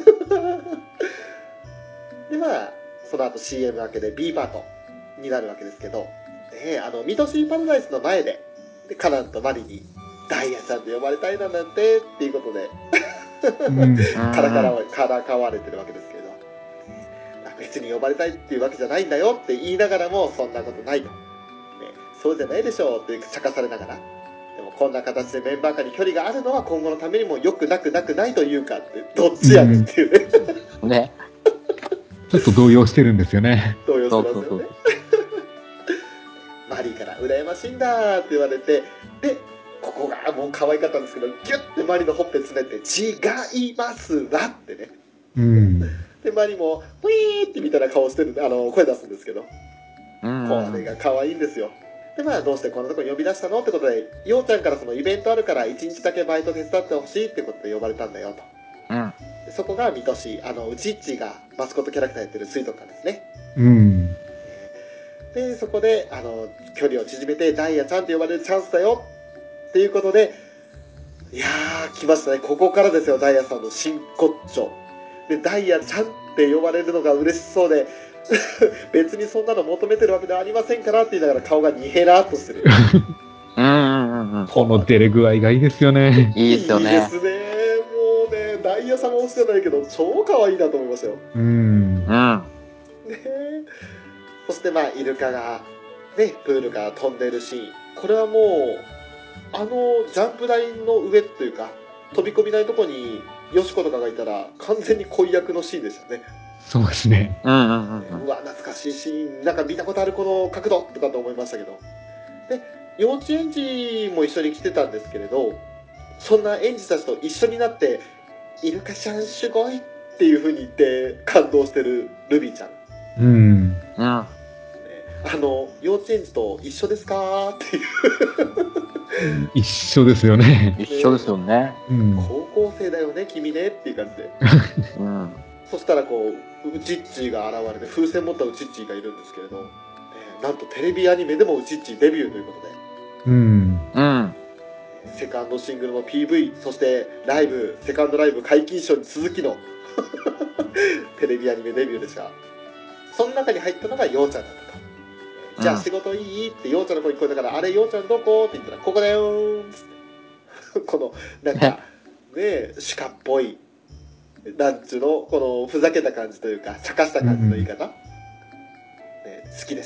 でまあその後 シーエム 明けで B パートになるわけですけど、ね、あのミトシーパラダイスの前ででカナンとマリにダイヤちゃんと呼ばれたいなんてっていうことでうん。 からからわからかわれてるわけですけれど、別に呼ばれたいっていうわけじゃないんだよって言いながらもそんなことないと、ね、そうじゃないでしょうって茶化されながら、でもこんな形でメンバー間に距離があるのは今後のためにもよくなくなくないというかってどっちやねんっていうね、 うん、ね。 ちょっと動揺してるんですよね。 動揺してますよね。 そうそうそうマリーから羨ましいんだって言われて、でここがもう可愛かったんですけどギュッてマリのほっぺつねって違いますわってね、 うん。 でマリもウィーってみたいな顔してるあの声出すんですけど、 うん。 これが可愛いんですよ。でまあどうしてこんなとこに呼び出したのってことで、ようちゃんからそのイベントあるからいちにちだけバイト手伝ってほしいってことで呼ばれたんだよと。 うん。 でそこが水戸市あのうちっちがマスコットキャラクターやってる水族館ですね。 うん。 でそこであの距離を縮めてダイヤちゃんと呼ばれるチャンスだよっていうことで、いやー来ましたね。ここからですよダイヤさんの真骨頂で、ダイヤちゃんって呼ばれるのが嬉しそうで別にそんなの求めてるわけではありませんからって言いながら顔がニヘラーっとしてるうんうんうん。 この出れ具合がいいですよね。 いいですよね。 いいですね。もうねダイヤ様推しじゃないけど超可愛いなと思いましたよ。 うん。 うん。 ねえ、そしてまあイルカがねプールから飛んでるシーン、これはもうあのジャンプ台の上っていうか飛び込み台のとこにヨシコとかがいたら完全に恋役のシーンでしたね。 そうですね。 うんうんうんうん。 うわ懐かしいシーン、なんか見たことあるこの角度とかと思いましたけど、で幼稚園児も一緒に来てたんですけれど、そんな園児たちと一緒になってイルカちゃんすごいっていう風に言って感動してるルビーちゃん、 うん。 うん。 あの幼稚園児と一緒ですかっていう一緒ですよね。 一緒ですよね。 うん。 高校生だよね君ねっていう感じで、 うん。 そしたらこうウチッチーが現れて風船持ったウチッチーがいるんですけれど、ね、なんとテレビアニメでもウチッチーデビューということで、 うん。 うん。 セカンドシングルの ピーブイ、そしてライブセカンドライブ解禁賞に続きのテレビアニメデビューでした。その中に入ったのがようちゃんだったと。じゃあ仕事いいってようちゃんの声聞こえたから、あれようちゃんどこって言ったらここだよーっつってこのなんかねえシカっぽいなんちゅうのこのふざけた感じというか茶化した感じの言い方、ね、好きです。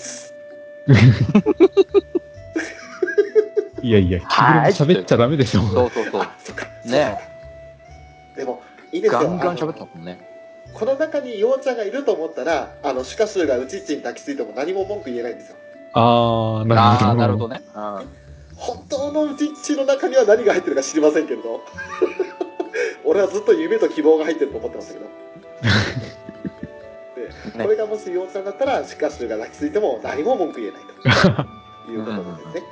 いやいや、 はい喋っちゃダメでしょ。 そうそうそう。 あ、そっかねでもいいですよ。 ガンガン喋あのってますもんね。 この中にようちゃんがいると思ったら、あのシュカシュがうちっちに抱きついても何も文句言えないんですよ。 あー、なるほど。 ああ、なるほどね。うん。 本当のうちっちの中には何が入ってるか知りませんけれど俺はずっと夢と希望が入ってると思ってましたけどで、 ねこれがもしようちゃんだったらシュカシュが抱きついても何も文句言えないということですね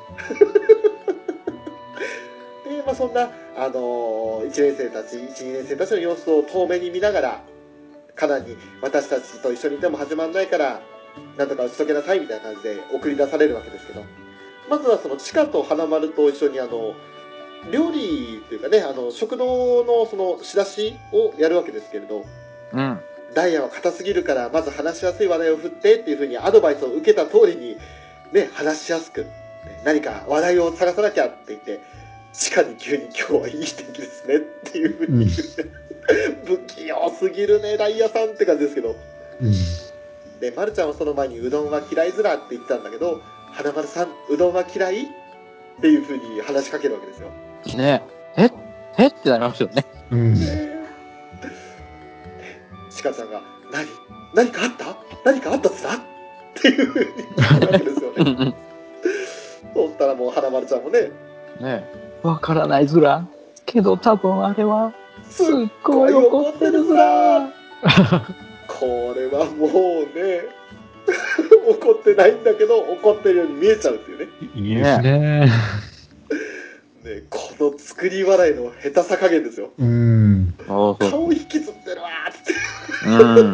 で、まあ、そんな、あのー、いちねん生たちいち、にねん生たちの様子を遠目に見ながらカナンに私たちと一緒にいても始まんないからなんとか打ち解けなさいみたいな感じで送り出されるわけですけど、まずはそのチカと花丸と一緒にあの料理というかね、あの食堂のその仕出しをやるわけですけれど、 うん。 ダイヤは硬すぎるからまず話しやすい話題を振ってっていうふうにアドバイスを受けた通りに、ね、話しやすく、ね、何か話題を探さなきゃって言って地下に急に今日はいい天気ですねっていうふうに言って、うん、不器用すぎるねダイヤさんって感じですけど、 うん、 で、まるちゃんはその前にうどんは嫌いずらって言ってたんだけど、花丸さんうどんは嫌いっていうふうに話しかけるわけですよ。 ねえ、ええってなりますよね。 うん。 ちかちゃんが、何何かあった何かあったずらっていうふうに聞くわけですよね。 うんうん。 そうしたらもう花丸ちゃんもね、 ねえ。わからないずら。けど多分あれは、すっごいすっごい怒ってるずら。 これはもうね、怒ってないんだけど怒ってるように見えちゃうんですよね。 いいですね。 ね、この作り笑いの下手さ加減ですよ。 うん。 そうそう。 顔引きつってるわーっつって。 うん。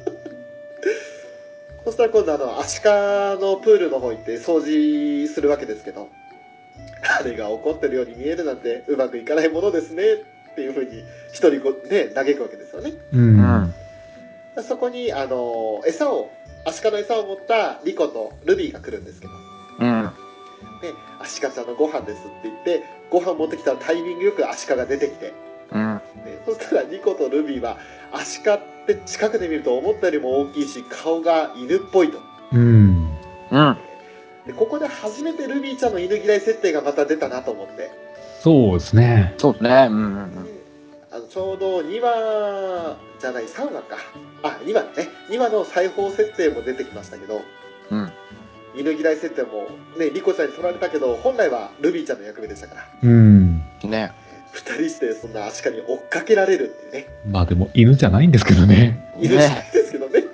そしたら今度あのアシカのプールの方行って掃除するわけですけど、あれが怒ってるように見えるなんてうまくいかないものですねっていうふうに一人ごね嘆くわけですよね。 う。 うんん。 そこにあの餌をアシカの餌を持ったリコとルビーが来るんですけど、 うん。 でアシカちゃんのご飯ですって言ってご飯持ってきたらタイミングよくアシカが出てきて、 うん。 でそしたらリコとルビーはアシカって近くで見ると思ったよりも大きいし顔が犬っぽいと。 うん。 うん。 でここで初めてルビーちゃんの犬嫌い設定がまた出たなと思って、 そうですね。 そうですね。うんうんうん。 あのちょうどにわじゃないさんわか、あにわね、にわの裁縫設定も出てきましたけど、 うん。 犬嫌い設定もねリコちゃんに取られたけど本来はルビーちゃんの役目でしたから、 うん。 ね。 ふたりしてそんなアシカに追っかけられるっていうね、 まあでも犬じゃないんですけどね。 犬じゃないですけどね。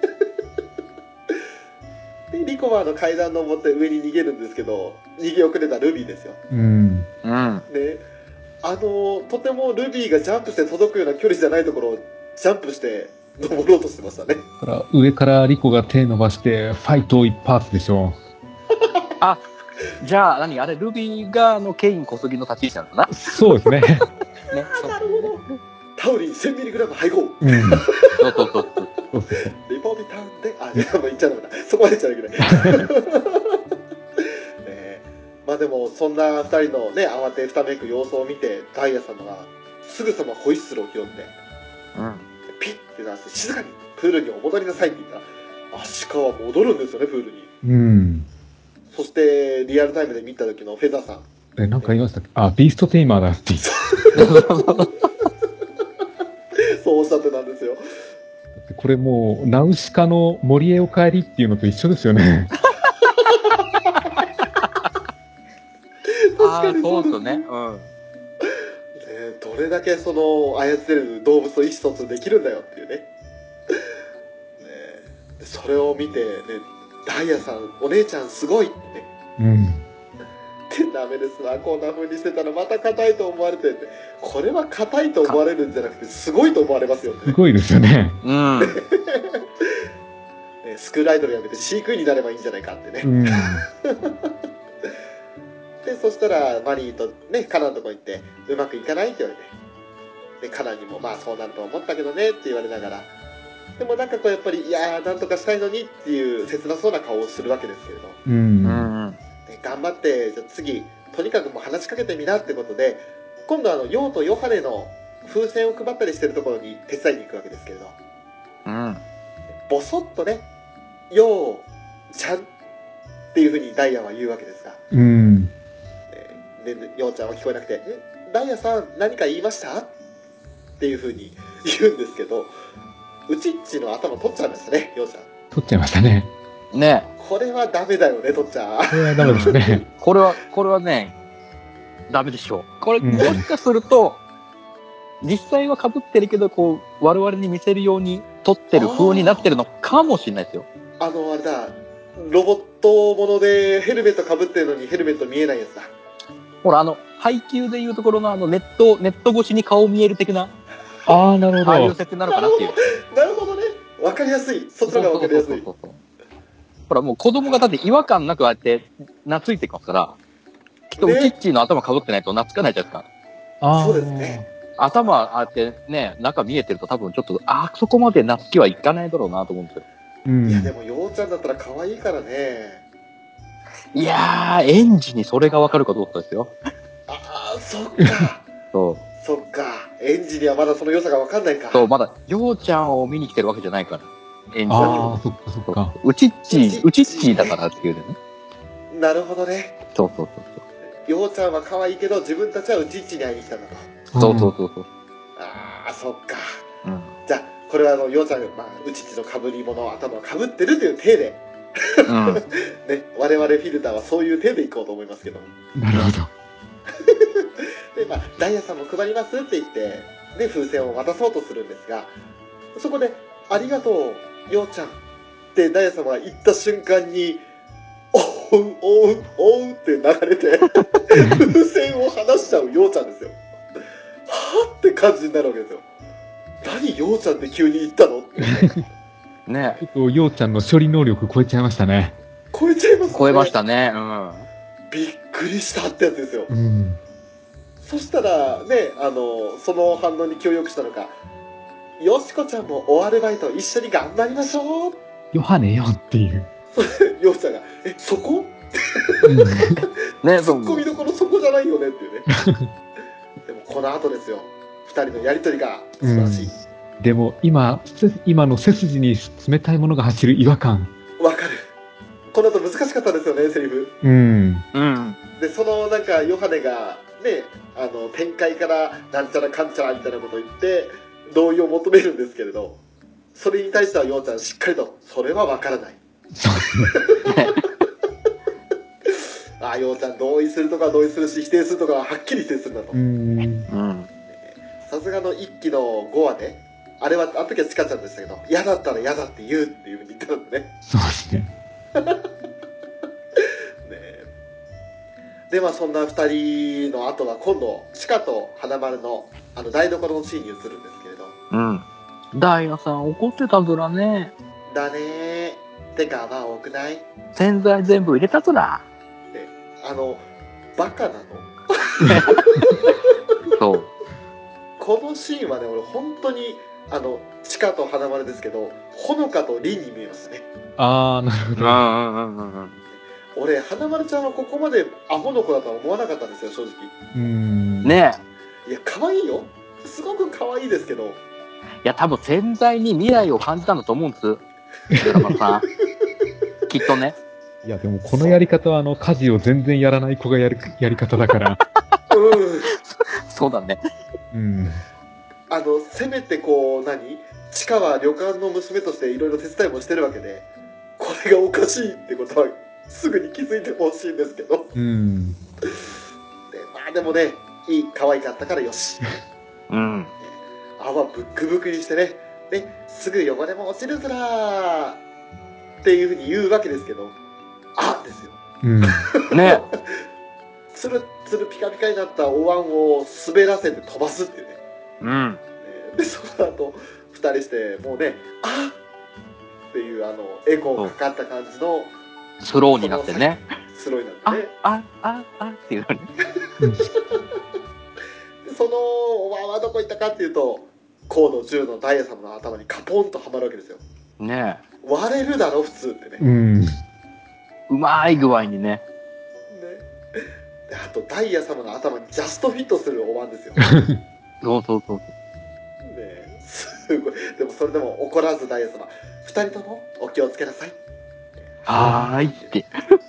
でリコはあの階段登って上に逃げるんですけど、逃げ遅れたルビーですよ。 うん。 うん。 であのとてもルビーがジャンプして届くような距離じゃないところをジャンプして登ろうとしてましたね。 だから上からリコが手伸ばしてファイト一発でしょ。 あ、じゃあ何あれルビーがあのケイン小杉の立ち位置なのかな。 そうですね。 ね。 あなるほど。タウリン せんミリグラム 配合。 うん。 そうそうそうそう。 そうそうそう。 リポビタンで、あ、じゃあもう言っちゃダメだ。そこまで言っちゃいけない。えーまあでもそんなふたりのね慌てふためく様子を見てダイヤ様がすぐさまホイッスルを拾ってうん。 ピッて出して静かにプールにお戻りなさいって言ったらアシカは戻るんですよねプールに。 うん。 そしてリアルタイムで見た時のフェザーさん、 え、なんか言いましたっけ？あ、ビーストテイマーだって言って。 そうおっしゃってたんですよ。 これもう、ナウシカの森へお帰りっていうのと一緒ですよね。 確かにそうですよね。うん。 ね。どれだけその操れる動物と意思疎通できるんだよっていうね。ねそれを見てね、ダイヤさんお姉ちゃんすごいってね。 うん。 ってダメですわ、こんな風にしてたらまた硬いと思われてって、これは硬いと思われるんじゃなくてすごいと思われますよね。 すごいですよね。 うん。 ねスクールアイドルやめて飼育員になればいいんじゃないかってね。 うん。 でそしたらマリーとねカナのとこ行ってうまくいかないって言われて、でカナにもまあそうなると思ったけどねって言われながら、でもなんかこうやっぱりいやーなんとかしたいのにっていう切なそうな顔をするわけですけれど、 う。 うんん。 で頑張ってじゃあ次とにかくもう話しかけてみなってことで、今度あのヨウとヨハネの風船を配ったりしてるところに手伝いに行くわけですけれど、 うん。 ボソッとねヨウちゃんっていうふうにダイヤは言うわけですが、 うん。 でヨウちゃんは聞こえなくて、んダイヤさん何か言いましたっていうふうに言うんですけど、うちっちの頭取っちゃいましたね、ヨウちゃん。 取っちゃいましたね。 ね。 これはダメだよね、取っちゃん。 これはダメですね。 これは、これはね、ダメでしょう。これ、 うんもしかすると、実際は被ってるけど、こう、我々に見せるように撮ってる風になってるのかもしれないですよ。 あのあれだ、ロボットものでヘルメット被ってるのにヘルメット見えないやつだ。 ほら、あの、配給でいうところのあの、ネット、ネット越しに顔見える的な、 ああ、なるほど。 ああいう設定なのかなっていう。 なるほどね、わかりやすい、そっちの方がわかりやすい。 そうそうそうそうほら、もう子供がだって違和感なくああやって懐いてきますから、きっとウチッチの頭かぶってないと懐かないじゃないですか。 ああ。 そうですね。 頭あってね、中見えてると多分ちょっと、あそこまで懐きはいかないだろうなと思うんですよ。 うん。 いやでもようちゃんだったら可愛いからね。 いやー、園児にそれがわかるかどうかですよ。 ああ、そっか。 そう。 そっか。園児にはまだその良さがわかんないか。 そう、まだ、ようちゃんを見に来てるわけじゃないから。園児ああ、そっかそっか。 うちっちうちっちー、うちっちーだからっていうね。 なるほどね。 そうそうそうようちゃんは可愛いけど自分たちはうちっちに会いに来たんだと。 そう。そうそうそうそう。 ああ、そっか。 うん。 じゃあ、これはあの、ようちゃんが、まあ、うちっちの被り物、頭を被ってるという体で、 うん。 ね、我々フィルターはそういう体でいこうと思いますけども。 なるほど。 で、まあ、ダイヤさんも配りますって言って、で、風船を渡そうとするんですが、そこで、ありがとう、ようちゃんってダイヤ様が言った瞬間に、おう、おう、おうって流れて、風船を離しちゃうようちゃんですよ。はぁって感じになるわけですよ。何ようちゃんって急に言ったのってねちょっと、ようちゃんの処理能力超えちゃいましたね。 超えちゃいますね。 超えましたね。うん。 びっくりしたってやつですよ。 うん。 そしたらね、あの、その反応に協力したのか、よしこちゃんもおアルバイト一緒に頑張りましょう。 ヨハネよっていう。 ようちゃんが、え、そこうん。 ねツッコミどころそこじゃないよねっていうね。でもこの後ですよ。二人のやりとりが素晴らしい。 でも、今、せ今の背筋に冷たいものが走る違和感。 わかる。この後難しかったですよね、セリフ。 うん。 うん。 で、そのなんかヨハネがね、あの展開からなんちゃらかんちゃらみたいなことを言って同意を求めるんですけれど、それに対してはようちゃんしっかりとそれはわからない。 そうですね。 ああ、ようちゃん同意するとか同意するし否定するとかははっきり否定するんだと。 うん。 うん。 さすがの一期のごわで、あれはあの時はチカちゃんでしたけど、嫌だったら嫌だって言うっていうふうに言ってたんでね。 そうですね。 ねえでまあそんなふたりの後は今度チカと花丸のあの台所のシーンに移るんですけれど、 うん。ダイヤさん怒ってたずらね。 だねーてかまあ多くないって洗剤全部入れたずら。 あのバカなのそう。 このシーンはね俺本当にあのチカと花丸ですけどほのかとリンに見えましたね。 ああ、なるほど。 うんうんうんうんうん。 俺花丸ちゃんはここまでアホの子だとは思わなかったんですよ正直。 うん。 ねえ。 いや可愛いよ、すごく可愛いですけど、 いや、多分洗剤に未来を感じたんだと思うんです。ドラマさん。きっとね。 いや、でもこのやり方は、あの、家事を全然やらない子がやる、やり方だから。 うんそうだね。 うん。 あのせめてこう何チカは旅館の娘としていろいろ手伝いもしてるわけで、これがおかしいってことはすぐに気づいてほしいんですけど、でうん。 まあでもねいい可愛かったからよし、 うん。 泡ブックブクにしてね、ですぐ汚れも落ちるずらーっていうふうに言うわけですけど、あですよ、 うん。 ねつるつるピカピカになったお椀を滑らせて飛ばすっていうね。 うん。 でその後ふたりしてもうねあっていうあのエコーかかった感じのスローになってね。 スローになってあね、、 あ、あ、あっていうね。 でそのお椀はどこ行ったかっていうと高度じゅうのダイヤ様の頭にカポンとはまるわけですよ。 ね割れるだろ普通ってね。 うん。 うまい具合にね。 ねであとダイヤ様の頭にジャストフィットするお椀ですよ。 そうそうそう。 ねすごい。でもそれでも怒らずダイヤ様ふたりともお気をつけなさい。 はーいって。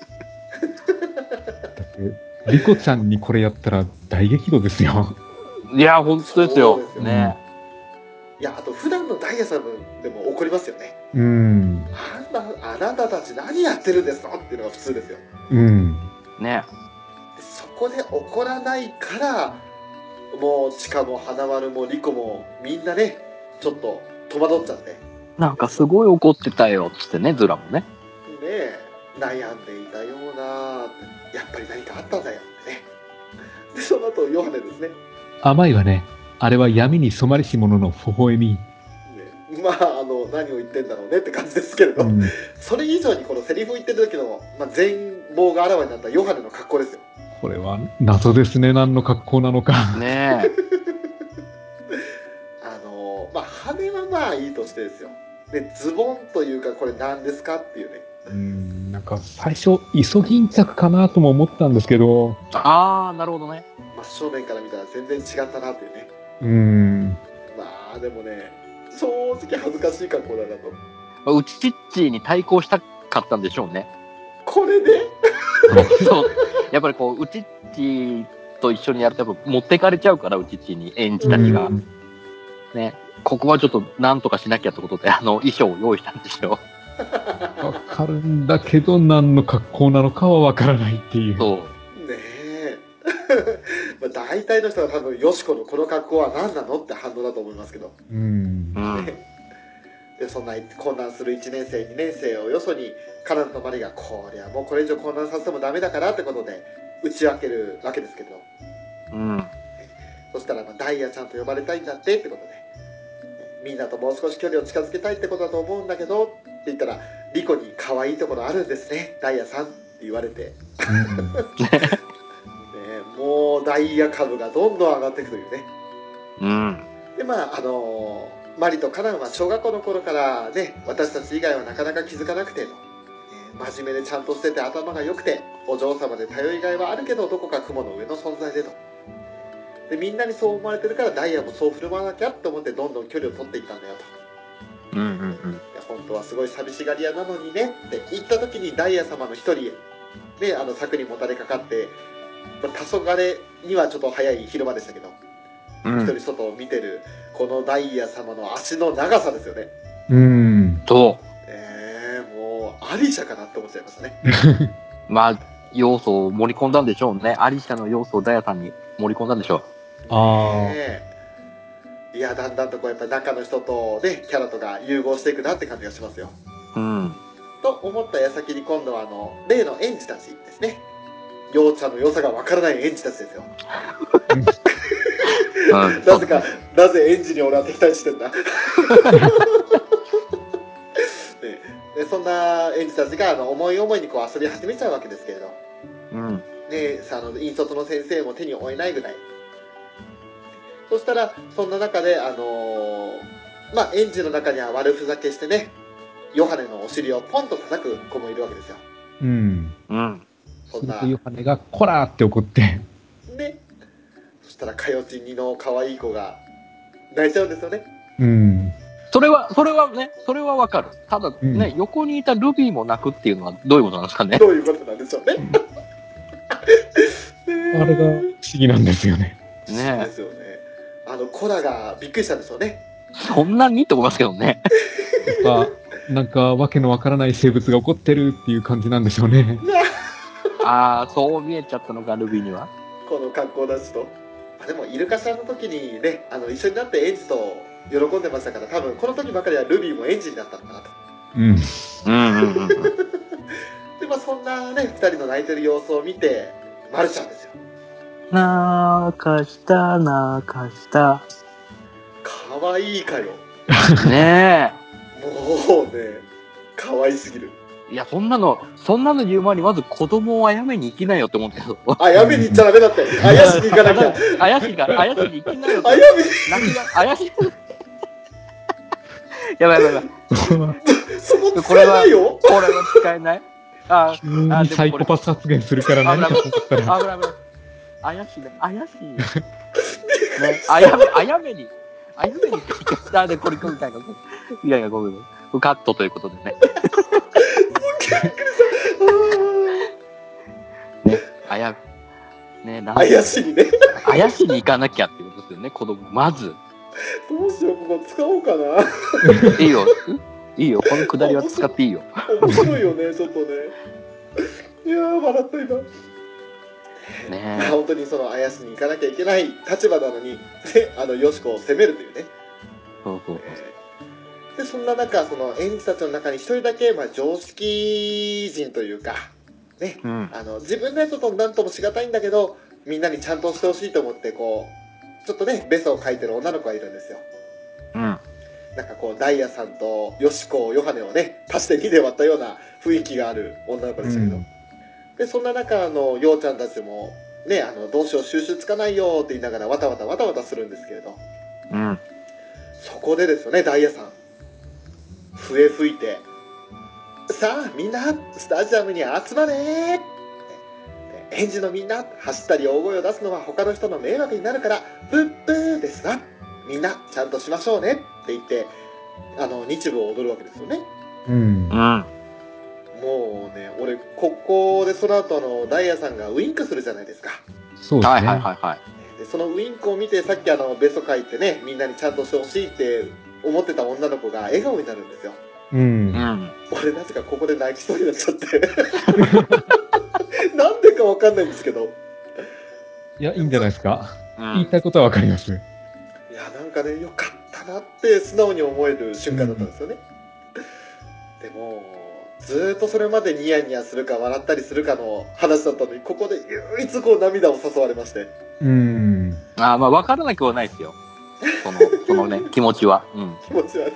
リコちゃんにこれやったら大激怒ですよ。 いや、ほんとですよ。 そうですよねいやあと普段のダイヤ様でも怒りますよね。 うん。 あんなあなたたち何やってるんですかっていうのが普通ですよ。 うん。 ねでそこで怒らないからもうチカも花丸もリコもみんなねちょっと戸惑っちゃってねなんかすごい怒ってたよ、つってね、ズラもね。 え悩んでいたようなってやっぱり何かあったんだよってね。でその後ヨハネですね。 甘いわね。あれは闇に染まりし者の微笑み。 ねまああの何を言ってんだろうねって感じですけれど、 うん。 それ以上にこのセリフを言ってる時の、まあ、全貌があらわになったヨハネの格好ですよ。 これは謎ですね。何の格好なのか。 ねあのまあ羽はまあいいとしてですよ。でズボンというかこれ何ですかっていうね。 うーん、なんか最初、イソギンチャクかなとも思ったんですけど、 え。ああ、なるほどね。 真正面から見たら全然違ったなっていうね。 うーん、 まあでもね正直恥ずかしい格好だなと。 まあウチッチーに対抗したかったんでしょうね。 これでそう。やっぱりこう、ウチッチーと一緒にやると、やっぱ持ってかれちゃうから、ウチッチーに演じたちがう。んね、ここはちょっとなんとかしなきゃってことで、あの、衣装を用意したんですよ。 わかるんだけど、何の格好なのかはわからないっていう。 そう。 ねえまあ大体の人は多分よしこのこの格好は何なのって反応だと思いますけど、 うんう。ん。 でそんな混乱するいちねん生にねん生をよそにカナダとマリがこりゃもうこれ以上混乱させてもダメだからってことで打ち分けるわけですけど、 うん。 そしたらまあダイヤちゃんと呼ばれたいんだってってことで、みんなともう少し距離を近づけたいってことだと思うんだけどって言ったら、リコに可愛いところあるんですねダイヤさんって言われて、 うんね、もうダイヤ株がどんどん上がっていくというね。 うん。 でまああのーマリとカナンは小学校の頃からね、私たち以外はなかなか気づかなくてと、えー真面目でちゃんとしてて頭が良くてお嬢様で頼りがいはあるけどどこか雲の上の存在でと、でみんなにそう思われてるからダイヤもそう振る舞わなきゃと思ってどんどん距離を取っていったんだよと。 うん。うん。 いや本当はすごい寂しがり屋なのにねって言った時にダイヤ様の一人であの柵にもたれかかって、まあ、黄昏にはちょっと早い昼間でしたけど、 うん。 一人外を見てるこのダイヤ様の足の長さですよね。 うん。 そえー、もうアリシャかなって思っちゃいましたね。 う。まあ、要素を盛り込んだんでしょうね。アリシャの要素をダイヤさんに盛り込んだんでしょああ。 ねえ、いやだんだんとこうやっぱり中の人とねキャラとか融合していくなって感じがしますよ。 う。うん。 と思った矢先に今度はあの例の園児たちですね。ようちゃんの良さがわからない園児たちですよ。 うん、 なぜか、なぜ園児に俺は敵対してんだ。ね、でそんな園児たちがあの思い思いにこう遊び始めちゃうわけですけれど、 うん。 ね、あの引率の先生も手に負えないぐらい。そしたらそんな中で、あのーまあ、園児の中には悪ふざけしてね、ヨハネのお尻をポンと叩く子もいるわけですよ。 うん。 うん。 そんなするとヨハネが、こらーって怒って。 ね、そしたらかよちにの可愛い子が泣いちゃうんですよね。 うん。 それは、それはね、それはわかる。ただね、 うん横にいたルビーも泣くっていうのはどういうことなんですかね。 どういうことなんでしょうね。 あれが不思議なんですよね。 不思議ですよね。あのコラがびっくりしたんでしょうね。 そんなにって思いますけどね。 とか、なんかわけのわからない生物が起こってるっていう感じなんでしょうね。 ああ、そう見えちゃったのか、ルビーには。 この格好だしと。あでもイルカさんの時にね、あの一緒になって園児と喜んでましたから、多分この時ばかりはルビーも園児になったのかなと。 うん。 うんうんうんうん。 でまあそんなねふたりの泣いてる様子を見てマルちゃんですよ。 泣かした、泣かした。 可愛いかよ。 ねもうね可愛すぎる。 え。いや、そんなの、そんなの言う前にまず子供をあやめに行きなよって思ったけど。 あやめに行っちゃダメだって。あやしに行かなきゃ。 あやしが、あやしに行きなよって。 あやめに泣きが、あやし。やばいやばいやばい。 その使えないよ。 これは使えないあ急にサイコパス発言するから何かと思ったら。 危ない危ない。あやしね、あやし。ね、あやめ、あやめに、あやめにキャスターでこれ今回の。いやいや、ごめんごめん。カットということでね。ね、あや、ね、なんあやしにね。 あやしに行かなきゃっていうことですよね、子供。まず。 どうしよう、ここ使おうかな。 いいよ。いいよ。このくだりは使っていいよ。 面白いよね、ちょっとね。いやー、笑った今。 ねまあ本当にそのあやしに行かなきゃいけない立場なのに、ね、あのよしこを責めるというね。 そうそうそう。 でそんな中、その園児たちの中に一人だけ、まあ、常識人というか、ね、 うん。 あの自分ではちょっと何ともしがたいんだけど、みんなにちゃんとしてほしいと思ってこうちょっとねベソを書いてる女の子がいるんですよ。 うん。 なんかこうダイヤさんとヨシコ、ヨハネをね足してにで割ったような雰囲気がある女の子でしたけど、 うんでそんな中のヨウちゃんたちもね、あのどうしよう収集つかないよって言いながらわたわたわたわたするんですけれど、 うん。 そこでですよね、ダイヤさん笛吹いて、さあみんなスタジアムに集まれー、園児のみんな走ったり大声を出すのは他の人の迷惑になるからプップーですわ、みんなちゃんとしましょうねって言って、あの日舞を踊るわけですよね。 うん。 うん。 もうね、俺ここでその後あのダイヤさんがウインクするじゃないですか。 そうですね。 はいはいはいはい。 でそのウインクを見て、さっきあのベスト書いてね、みんなにちゃんとしてほしいって思ってた女の子が笑顔になるんですよ。 うん。 うん。 俺なぜかここで泣きそうになっちゃってなんでかわかんないんですけど、 いや、いいんじゃないですか。 うん言いたいことはわかります。 いやなんかね、よかったなって素直に思える瞬間だったんですよね。でもずーっとそれまでニヤニヤするか笑ったりするかの話だったのに、ここで唯一こう涙を誘われまして、 うん。 ああ、まあ分からなくはないですよ。その、そのね、気持ちは。うん。 気持ちはね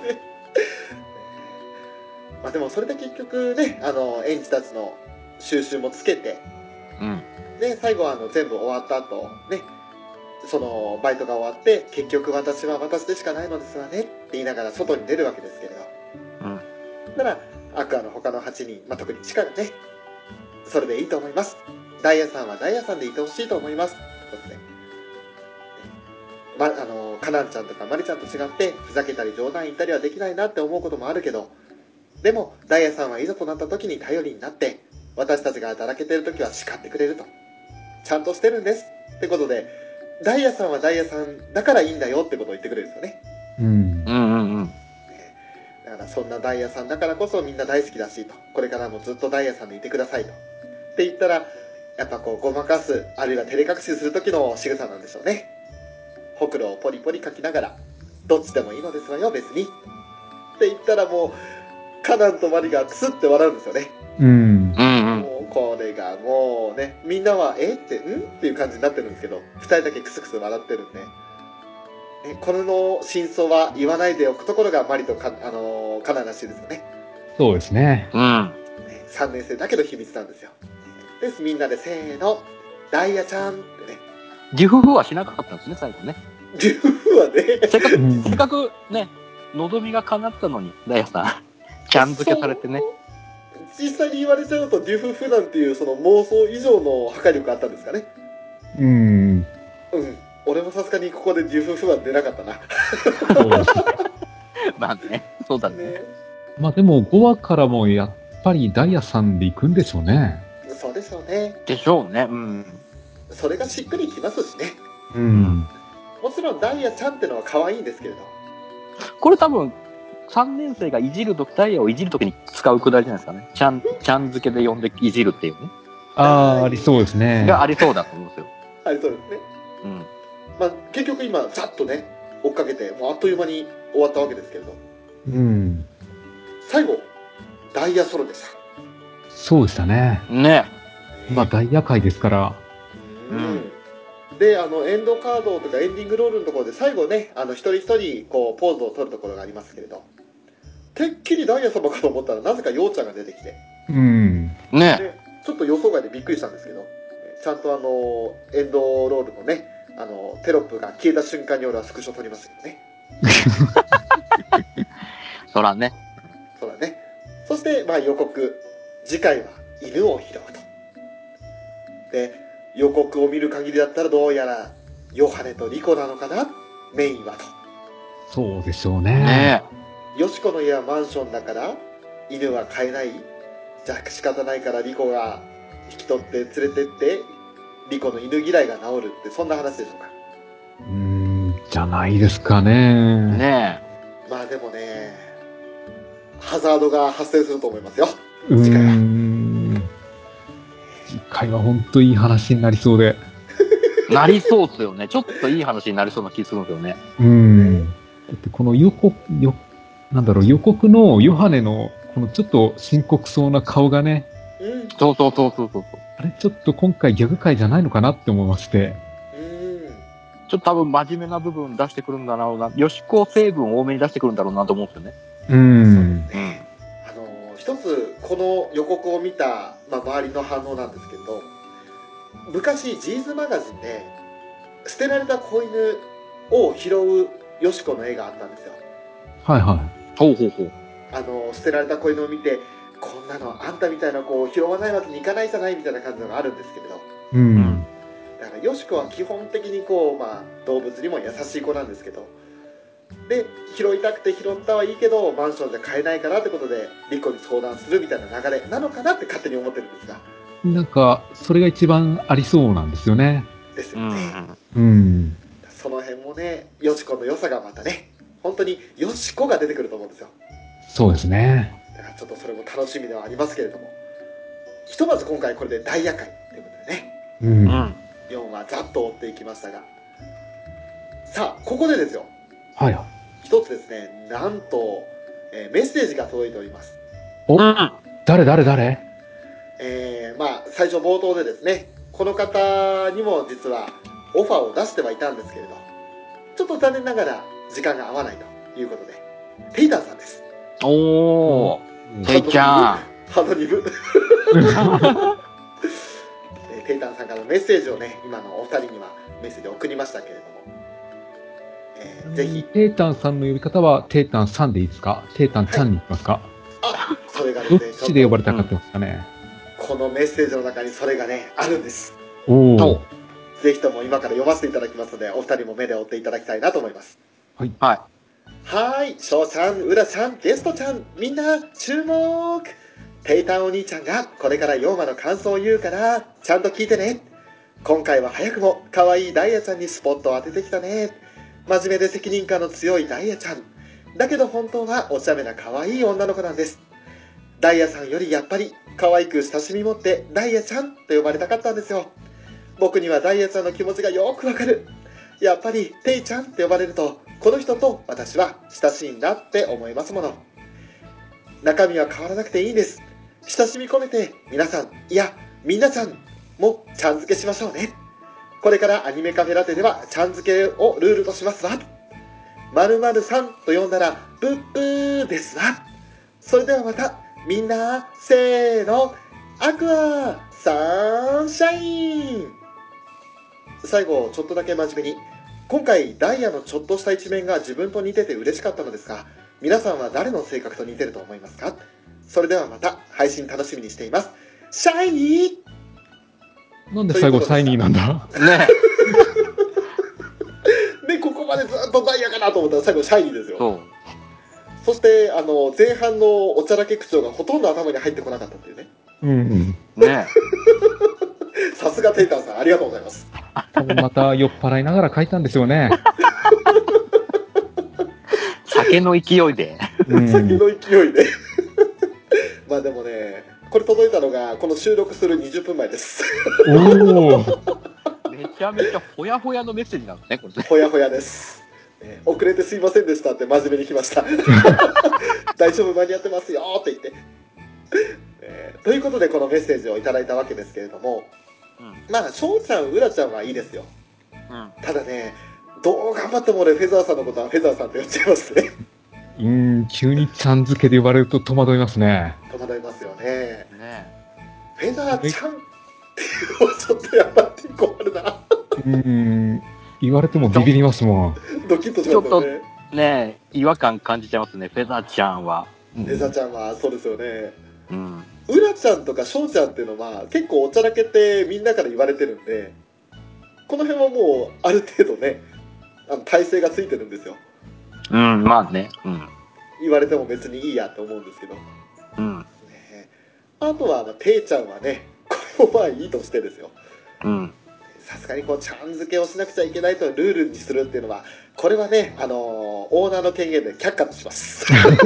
まあでもそれで結局ね、あの園児たちの収集もつけて、 うん。 で最後はあの全部終わった後ね、そのバイトが終わって、結局私は私でしかないのですわねって言いながら外に出るわけですけれど、 うん。 だからアクアの他のはちにん、まあ、特にチカがね、それでいいと思います、ダイヤさんはダイヤさんでいてほしいと思いますということで、ま、あのカナンちゃんとかマリちゃんと違ってふざけたり冗談言ったりはできないなって思うこともあるけど、でもダイヤさんはいざとなった時に頼りになって、私たちがだらけてる時は叱ってくれると、ちゃんとしてるんですってことで、ダイヤさんはダイヤさんだからいいんだよってことを言ってくれるんですよね。 うん。 うんうんうん。 だからそんなダイヤさんだからこそみんな大好きだしと、これからもずっとダイヤさんでいてくださいとって言ったら、やっぱこうごまかす、あるいは照れ隠しする時の仕草なんでしょうね。ほくろをポリポリかきながら、どっちでもいいのですわよ別にって言ったら、もうカナンとマリがクスって笑うんですよね。 うん。 うんうん。 もうこれがもうね、みんなはえってんっていう感じになってるんですけど、ふたりだけクスクス笑ってるんで、ね、これの真相は言わないでおくところがマリとか、あのーカナンらしいですよね。 そうですね。 うん。 ねさんねん生だけど秘密なんですよ。でみんなでせーの、ダイヤちゃんってね。 自負はしなかったんですね、最後ね。 自分はね、 せっかく、 うんせっかくね、望みが叶ったのに、ダイヤさん。ちゃん付けされてね。 実際に言われちゃうとデュフフなんていうその妄想以上の破壊力があったんですかね。 うん。 うん、俺もさすがにここでデュフフは出なかったな。 そうです。 まあね、そうだね。 ね、 まあでもごわからもやっぱりダイヤさんで行くんでしょうね。 そうでしょうね。 でしょうね。うん。 それがしっくりきますしね。 うん。 もちろんダイヤちゃんってのは可愛いんですけれど、 これ多分、さんねん生がいじるとき、ダイヤをいじるときに使うくだりじゃないですかね。ちゃん、ちゃん付けで呼んでいじるっていうね。 ああ、ありそうですね。 がありそうだと思うんですよ。 ありそうですね。 うん。 まあ結局今ざっとね追っかけて、もうあっという間に終わったわけですけれど、 うん。 最後ダイヤソロでした。 そうでしたね。 ねまあダイヤ界ですから。 うんうんで、あのエンドカードとかエンディングロールのところで最後ね、あの一人一人こうポーズを取るところがありますけれど、てっきりダイヤ様かと思ったらなぜかヨウちゃんが出てきて、 うん。 ねでちょっと予想外でびっくりしたんですけど、ちゃんとあのエンドロールのね、あのテロップが消えた瞬間に俺はスクショ撮りましたけどね。 そらね。 そうだね。そしてまあ予告、次回は犬を拾うと。で予告を見る限りだったらどうやらヨハネとリコなのかな、メインはと。 そうでしょうね。 ねヨシコの家はマンションだから犬は飼えない、じゃあ仕方ないからリコが引き取って連れてってリコの犬嫌いが治るって、そんな話でしょうか。 うーん、じゃないですかえ。 ね。 ねまあでもね、ハザードが発生すると思いますよ、 う次回は。 ーん。次回は本当いい話になりそうで。 え。なりそうっすよね。ちょっといい話になりそうな気するんですよね。 うーん。だってこの予告、よ、なんだろう、予告のヨハネのこのちょっと深刻そうな顔がね、 うんそうそうそうそうそう。 あれちょっと今回ギャグ回じゃないのかなって思いまして。 うんちょっと多分真面目な部分出してくるんだろうな。よしこ成分多めに出してくるんだろうなと思うんですよね。 うーん。 あの一つこの予告を見た、まあ、周りの反応なんですけど、 昔ジーズマガジンで捨てられた子犬を拾うよしこの絵があったんですよ。 はいはほうほうほう。 あの捨てられた子犬を見て、こんなのあんたみたいな子を拾わないわけにいかないじゃないみたいな感じのがあるんですけれど、 い。うん。 だからよしこは基本的にこう、まあ、動物にも優しい子なんですけど、で拾いたくて拾ったはいいけどマンションじゃ買えないからってことでリコに相談するみたいな流れなのかなって勝手に思ってるんですが、 なんか、それが一番ありそうなんですよね。 ですよね。 うん。 うん。 その辺もね、よしこの良さがまたね、本当によしこが出てくると思うんですよ。 そうですね。 だからちょっとそれも楽しみではありますけれども、ひとまず今回これでダイヤ界ということでね、 う。 うんん。 よんわざっと追っていきましたが、さあここでですよ、 はいはい。 一つですね、なんと、えーメッセージが届いております。 お、 うん。 誰誰誰えーまあ最初冒頭でですね、この方にも実はオファーを出してはいたんですけれど、ちょっと残念ながら時間が合わないということで、テイタンさんです。 おー。ていちゃん。 ハドニブえーテイタンさんからのメッセージをね、今のお二人にはメッセージを送りましたけれども、えーぜひ、 テータンさんの呼び方は、テータンさんでいいですか？テータンちゃんに行きますか？ あ、それがでどっすね、 ちで呼ばれちょたかってますかね。 っとこのメッセージの中にそれがね、あるんです。 おお。 ぜひとも今から読ませていただきますので、お二人も目で追っていただきたいなと思います。 はい。 はーい、翔ちゃん、うらちゃん、ゲストちゃん、みんな注目。テイタンお兄ちゃんがこれからヨーマの感想を言うからちゃんと聞いてね。今回は早くも可愛いダイヤちゃんにスポットを当ててきたね。真面目で責任感の強いダイヤちゃんだけど本当はお茶目な可愛い女の子なんです。ダイヤさんよりやっぱり可愛く親しみ持ってダイヤちゃんと呼ばれたかったんですよ。僕にはダイヤちゃんの気持ちがよくわかる。やっぱりテイちゃんって呼ばれるとこの人と私は親しいんだって思いますもの。中身は変わらなくていいんです。親しみ込めて皆さん、いやみんなちゃんもちゃん付けしましょうね。これからアニメカフェラテではちゃん付けをルールとしますわ。〇〇さんと呼んだらブッブーですわ。それではまたみんなせーの、アクアサンシャイン。最後ちょっとだけ真面目に、今回ダイヤのちょっとした一面が自分と似てて嬉しかったのですが、皆さんは誰の性格と似てると思いますか？それではまた配信楽しみにしています。シャイニー。 なんで最後シャイニーなんだ？ ねでここまでずっとダイヤかなと思ったら最後シャイニーですよ。 そう。 そしてあの前半のおちゃらけ口調がほとんど頭に入ってこなかったっていうね。 うんねさすがテイタンさん、ありがとうございます。 多分また酔っ払いながら書いたんでしょうね。 酒の勢いで。 うん先の勢いでまあでもね、これ届いたのがこの収録するにじゅっぷんまえですおお。 めちゃめちゃほやほやのメッセージなんですね、これね。 ほやほやです、えー遅れてすいませんでしたって真面目に来ました大丈夫、間に合ってますよって言って、えーということでこのメッセージをいただいたわけですけれども、 うん。 まあ翔ちゃん、うらちゃんはいいですよ。 うん。 ただね、どう頑張っても俺フェザーさんのことはフェザーさんと呼っちゃいますねうーん、急にちゃん付けで呼ばれると戸惑いますね。 戸惑いますよね。 ねフェザーちゃんっていうのはちょっとやっぱり困るなうーん、言われてもビビりますもん。 ドキッとしますよね。 ねえ、違和感感じちゃいますね、フェザーちゃんは。 フェザーちゃんはそうですよね。 うん。 うらちゃんとかしょうちゃんっていうのは結構おちゃらけてみんなから言われてるんで、この辺はもうある程度ね、あの体勢がついてるんですよ。 うん、まあね。うん。 言われても別にいいやって思うんですけど、ね、 うん。 あとはまあていちゃんはね、これもまあいいとしてですよ。 うん。 さすがにこうちゃん付けをしなくちゃいけないとルールにするっていうのは、これはね、あのーオーナーの権限で却下とします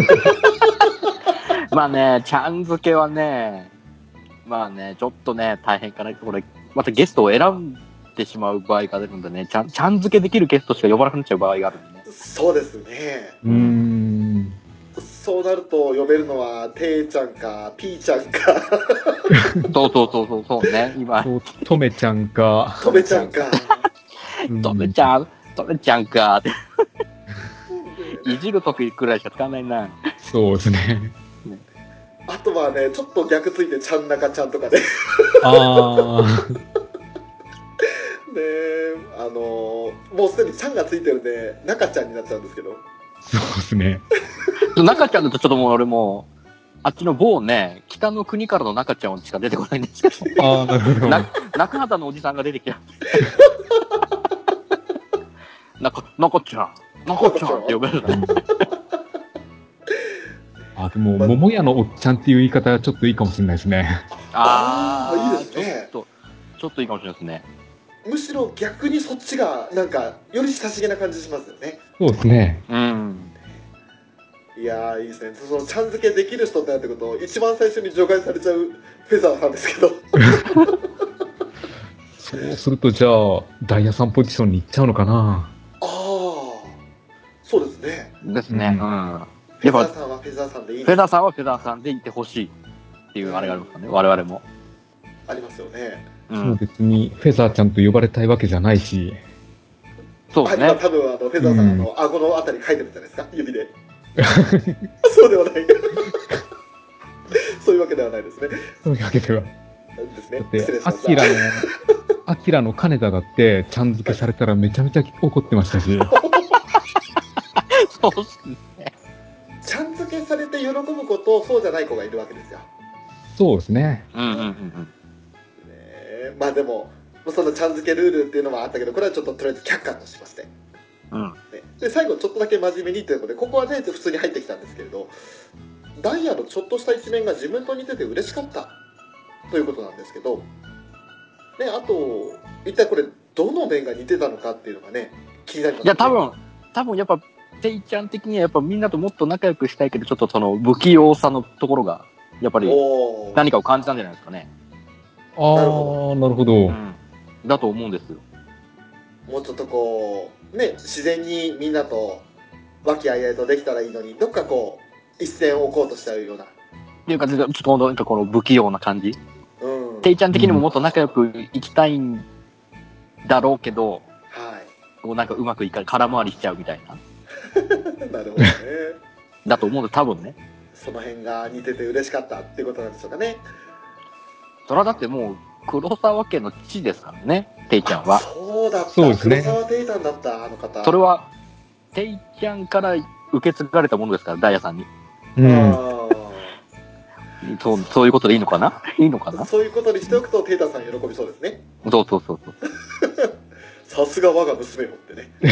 まあね、ちゃん付けはね、まあね、ちょっとね、大変かな。これ、またゲストを選んでしまう場合が出るんでね、ちゃん、ちゃん付けできるゲストしか呼ばなくなっちゃう場合があるんでね。 そうですね。 うーん。 そうなると呼べるのはていちゃんかピーちゃんかそうそうそうそうそうね、今、 と、とめちゃんか。 とめちゃんかうんとめちゃん、とめちゃんかって。いじるときくらいしか使わないな。 そうですね。 あとはね、ちょっと逆ついてちゃんなかちゃんとかねああ。 のー、もうすでにちゃんがついてるんで、中ちゃんになっちゃうんですけど。 そうですね。 中ちゃんだとちょっともう俺もう、あっちの某ね、北の国からの中ちゃんしか出てこないんですけど。 ああ、なるほど。 な中畑のおじさんが出てきた。中、中ちゃん、中ちゃんって呼べるね。 あ、でも、桃屋のおっちゃんっていう言い方はちょっといいかもしれないですね。 ああ、いいですね。 ちょっと、ちょっといいかもしれないですね。 むしろ逆にそっちが、なんか、より親しげな感じしますよね。 そうですね。 うん。 いやー、いいですね。その、ちゃん付けできる人ってなってことを、一番最初に除外されちゃうフェザーさんですけど。 そうすると、じゃあ、ダイヤさんポジションに行っちゃうのかな。 ああ、そうですね。 ですね。 ううんん。 フェザーさんはフェザーさんでいいフェザーーさんはフェザーさんでいてほしいっていうあれがありますかね、我々も。 ありますよね。 う。 そうん別に、フェザーちゃんと呼ばれたいわけじゃないし。 あ、今そうですね。 多分あの、フェザーさん、 うんあの、顎のあたり書いてるんじゃないですか、指で。そうではない。そういうわけではないですね。 そういうわけでは。 ですね。 だって失礼し、ました。 アキラの、アキラの金田だって、ちゃん付けされたらめちゃめちゃ怒ってましたし。 そうっすね。 ちゃん付けされて喜ぶ子とそうじゃない子がいるわけですよ。 そうですね。 うんうんうんうん。 ねえ、まあでも、そのちゃん付けルールっていうのもあったけど、これはちょっととりあえず却下としまして。 うん。 ね、で、最後ちょっとだけ真面目にということで、ここはね、普通に入ってきたんですけれど、ダイヤのちょっとした一面が自分と似てて嬉しかったということなんですけど、ね、あと、一体これ、どの面が似てたのかっていうのがね、気になりますね。 いや、多分、多分やっぱ、ていちゃん的にはやっぱみんなともっと仲良くしたいけど、ちょっとその不器用さのところが、やっぱりおー、 何かを感じたんじゃないですかね。 ああ、 なるほなるほど。 うん。だと思うんですよ。 もうちょっとこう、ね、自然にみんなと和気あいあいとできたらいいのに、どっかこう、一線を置こうとしちゃうような。 っていうか、ちょっとなんかこの不器用な感じ。 うん。 ていちゃん的にももっと仲良くいきたいんだろうけど、 はい。 こうなんかうまくいか空回りしちゃうみたいな。 なるほどね。 だと思うんです、多分ね。 その辺が似てて嬉しかったっていうことなんでしょうかね。 それはだってもう、黒沢家の父ですからね、ていちゃんあ、 は。 そうだった。 そうですね黒沢テイタンだった、あの方。 それは、ていちゃんから受け継がれたものですから、ダイヤさんに。 うん。 あそう、そういうことでいいのかないいのかーなそういうことにしておくと、テイタンさん喜びそうですね。 そうそうそうそう。 さすが我が娘よってね。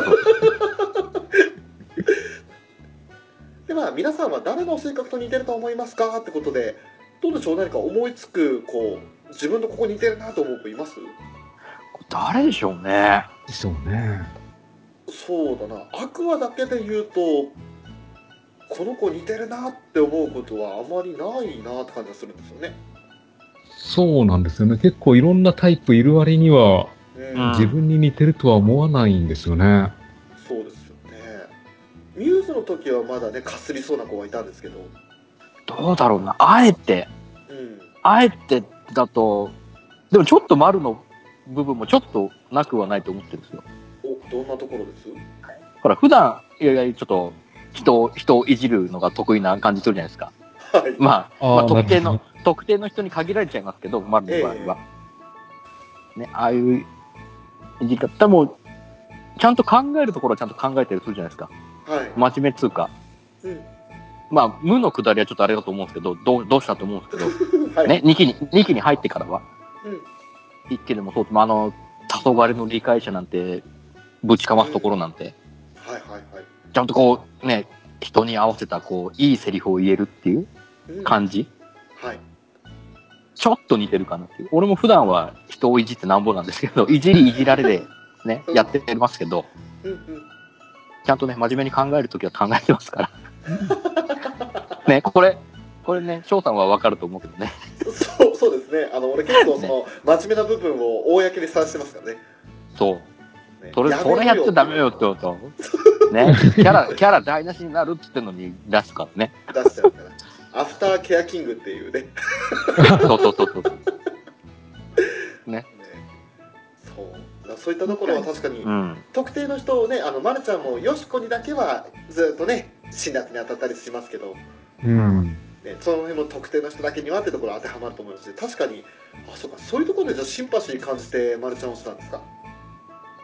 で、まあ、皆さんは誰の性格と似てると思いますかってことで、どうでしょう、何か思いつく、こう、自分とここ似てるなと思う子います？ 誰でしょうね。 でしょうね。 そうだな、アクアだけで言うと、この子似てるなって思うことはあまりないなって感じがするんですよね。 そうなんですよね。結構いろんなタイプいる割には、 うん、 うん自分に似てるとは思わないんですよね。 そうですよね。ミューズの時はまだね、かすりそうな子はいたんですけど、 どうだろうな。あえて、 うん、 あえてだと、でもちょっと丸の部分もちょっとなくはないと思ってるんですよ。 お、どんなところです？ ほら、普段、いやいや、ちょっと、人を、人をいじるのが得意な感じするじゃないですか。 はい。 まあ、まあ、 あー特定のなるほ、 特定の人に限られちゃいますけど、丸の場合は。ね、ああいういじり方も、ちゃんと考えるところはちゃんと考えたりするじゃないですか。 はい。 真面目っつうか。 うん。 まあ、無のくだりはちょっとあれだと思うんですけど、どう、どうしたと思うんですけど、 はい。 ね、にきに、にきに入ってからは、 うん。 いっきでもそう、まあ、あの、黄昏の理解者なんて、ぶちかますところなんて、 はいはいはい。 ちゃんとこう、ね、人に合わせた、こう、いいセリフを言えるっていううん、 感じ、 はい。 ちょっと似てるかなっていう。俺も普段は人をいじってなんぼなんですけど、いじりいじられで、ね、やってますけど、 うんうん。 ちゃんとね、真面目に考えるときは考えてますから。ね、これ、これね、翔さんはわかると思うけどね。 そう、そうですね。あの、俺結構その、真面目な部分を公にさらしてますからね。 そう。 ねそれ、それやっちゃダメよって言うと、ね、キャラ、キャラ台無しになるって言ってんのに出すからね。 出しちゃうから。アフターケアキングっていうね。 そうそうそうそう。ね。 ね、そう。そういったところは確かに、 うん。 特定の人をね、あの、まるちゃんもよしこにだけはずっとね、辛辣に当たったりしますけど、 うん。 ね、その辺も特定の人だけにはってところ当てはまると思いますし、確かに、あ、そうか、そういうところでじゃあシンパシー感じてまるちゃんをしたんですか？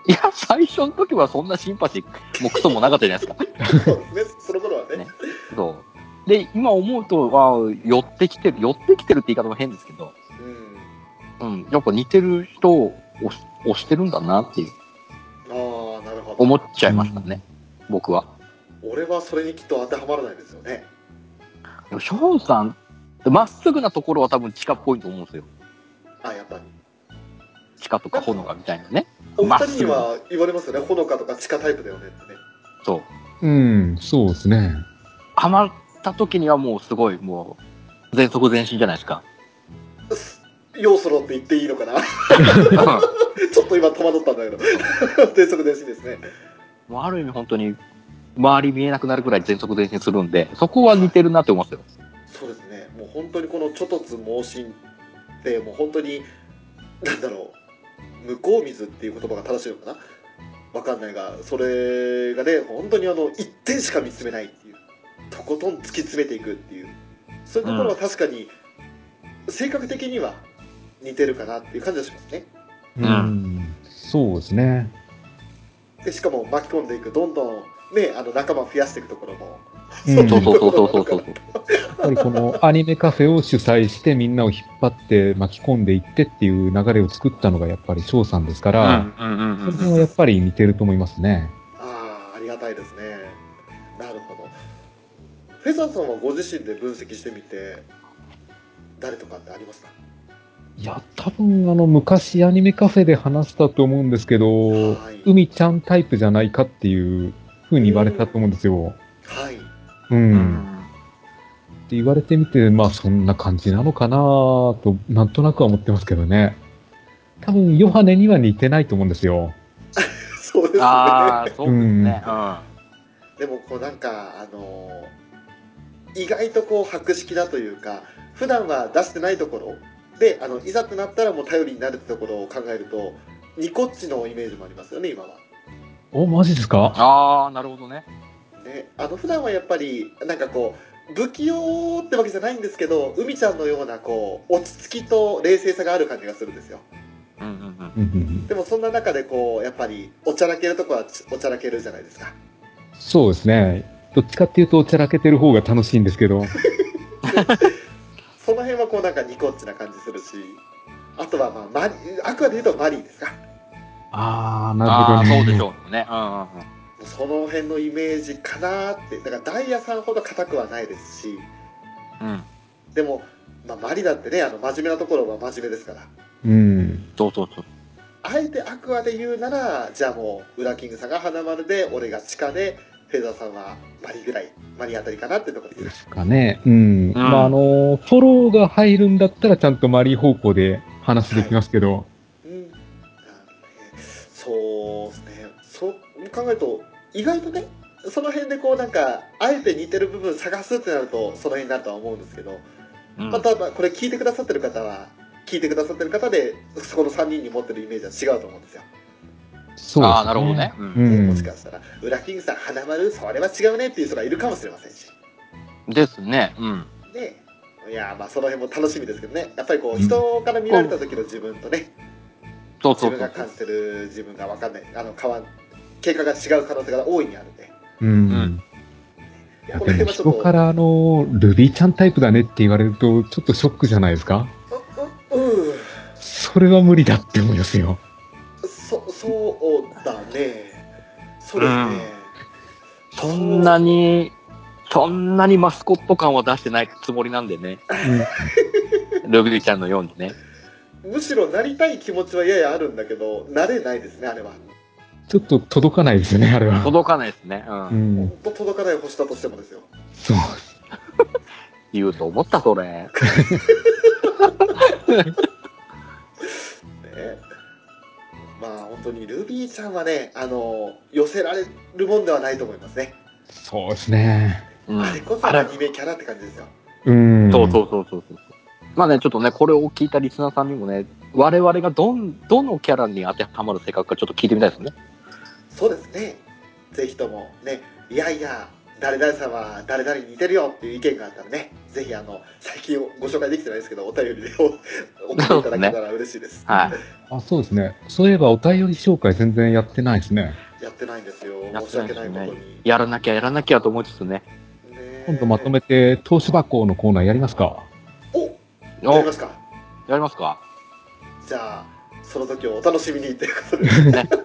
いや、最初の時はそんなシンパシーもクソもなかったじゃないですか。 そうですね、その頃はね。 ねそう。で、今思うと、あ寄ってきてる、寄ってきてるって言い方も変ですけど、 うん。 うん、やっぱ似てる人を推し推してるんだなっていう、 ああ、なるほど。 思っちゃいましたね、僕は。 俺はそれにきっと当てはまらないですよね。 でも、ショーンさん、まっすぐなところは多分地下っぽいと思うんですよ。 あ、やっぱり。 地下とかほのかみたいなね。 お二人には言われますよね、ほのかとか地下タイプだよねってね。 そう。 うん、そうですね。 ハマった時にはもうすごい、もう、全速前進じゃないですか。 要素ろって言っていいのかなちょっと今戸惑ったんだけど。全速前進ですね。 もうある意味本当に、周り見えなくなるくらい全速前進するんで、そこは似てるなって思いますよ。 そうですね。もう本当にこのちょとつ猛進ってもう本当になんだろう、向こう水っていう言葉が正しいのかな、わかんないが、それがね本当にあの一点しか見つめないっていう、とことん突き詰めていくっていう、そういうところは確かに性格的には似てるかなっていう感じがしますね。 うん、うん、そうですね。 でしかも巻き込んでいく、どんどんね、あの仲間を増やしていくところも、 うん、 そうそうそうそうそうそう。 やっぱりこのアニメカフェを主催してみんなを引っ張って巻き込んでいってっていう流れを作ったのがやっぱり翔さんですから、その辺はやっぱり似てると思いますね。 ああ、ありがたいですね。なるほど。フェザーさんはご自身で分析してみて誰とかってありますか？ いや、多分あの昔アニメカフェで話したと思うんですけど、 はい、 海ちゃんタイプじゃないかっていう風に言われたと思うんですよ。 はい。 うん。って言われてみて、まあそんな感じなのかなと、なんとなくは思ってますけどね。多分ヨハネには似てないと思うんですよ。 そうですね。 ああ、そうですね。 うん。でもこうなんかあのー、意外とこう博識だというか、普段は出してないところで、あのいざとなったらもう頼りになるってところを考えると、ニコッチのイメージもありますよね今は。 お、マジですか？ ああ、なるほどね。 ね、あの普段はやっぱりなんかこう不器用ってわけじゃないんですけど、海ちゃんのようなこう落ち着きと冷静さがある感じがするんですよ。 うんうんうん。 でもそんな中でこうやっぱりおちゃらけるとこはおちゃらけるじゃないですか。 そうですね。どっちかっていうとおちゃらけてる方が楽しいんですけど。 その辺はこうなんかニコッチな感じするし、あとはまあマリアクアで言うとマリーですか。 ああ、なるほどね。 そうでしょうね。うんうんうん。 その辺のイメージかなって。だからダイヤさんほど硬くはないですし、 うん。 でも、まあ、マリだってね、あの真面目なところは真面目ですから。 うん。 そうそうそう。 あえてアクアで言うなら、じゃあもうウラキングさんが花丸で、俺が地下で、フェザーさんはマリぐらい、マリあたりかなってところです。 ですかね。うん。うん、まあ、あの、フォローが入るんだったらちゃんとマリー方向で話できますけど。はい、 うん。そうですね。そう考えると、意外とね、その辺でこうなんか、あえて似てる部分探すってなると、その辺になるとは思うんですけど、うん、また、これ聞いてくださってる方は、聞いてくださってる方で、そこのさんにんに持ってるイメージは違うと思うんですよ。 そうですね。 ああ、なるほどね。 うん、もしかしたら、ウラキングさん、花丸、それは違うねっていう人がいるかもしれませんし。 ですね。うん。 で、いや、まあその辺も楽しみですけどね。やっぱりこう、人から見られた時の自分とね、うん、自分が感じてる自分が分かんない、あの、変わん、経過が違う可能性が大いにあるんで。 うん。うんいや、でも人からあの、ルビーちゃんタイプだねって言われると、ちょっとショックじゃないですか？ う、う、うん。 それは無理だって思いますよ。 そ、そうだね。そうですね。 うん、そんなに、そんなにマスコット感は出してないつもりなんでね。うん、ルビーちゃんのようにね。 むしろなりたい気持ちはややあるんだけど、なれないですね、あれは。 ちょっと届かないですよね、あれは。 届かないですね。うん。 ほんと届かない星だとしてもですよ。 そう。 言うと思った、それ。ね、 まあ本当にルビーちゃんはね、あの寄せられるもんではないと思いますね。 そうですね。 うん、あれこそアニメキャラって感じですよ。 うん。 そうそうそうそうそう。まあね、ちょっとね、これを聞いたリスナーさんにもね、我々がどん、どのキャラに当てはまる性格かちょっと聞いてみたいですね。 そうですね。ぜひともね、いやいや、 誰々さんは誰々に似てるよっていう意見があったらね、ぜひあの最近ご紹介できてないですけど、お便りで送っていただけたら嬉しいです。 はい。 あ、そうですね。そういえばお便り紹介全然やってないですね。 やってないんですよ。 やっ申して訳ないですねないことに。 やらなきゃやらなきゃと思いつつね。 ね今度まとめて投資箱のコーナーやりますか。 お、 おやりますか。 やりますか。 じゃあその時をお楽しみにということでね。 ね。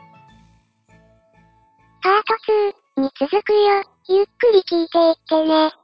パートツーに続くよ。ゆっくり聞いていってね。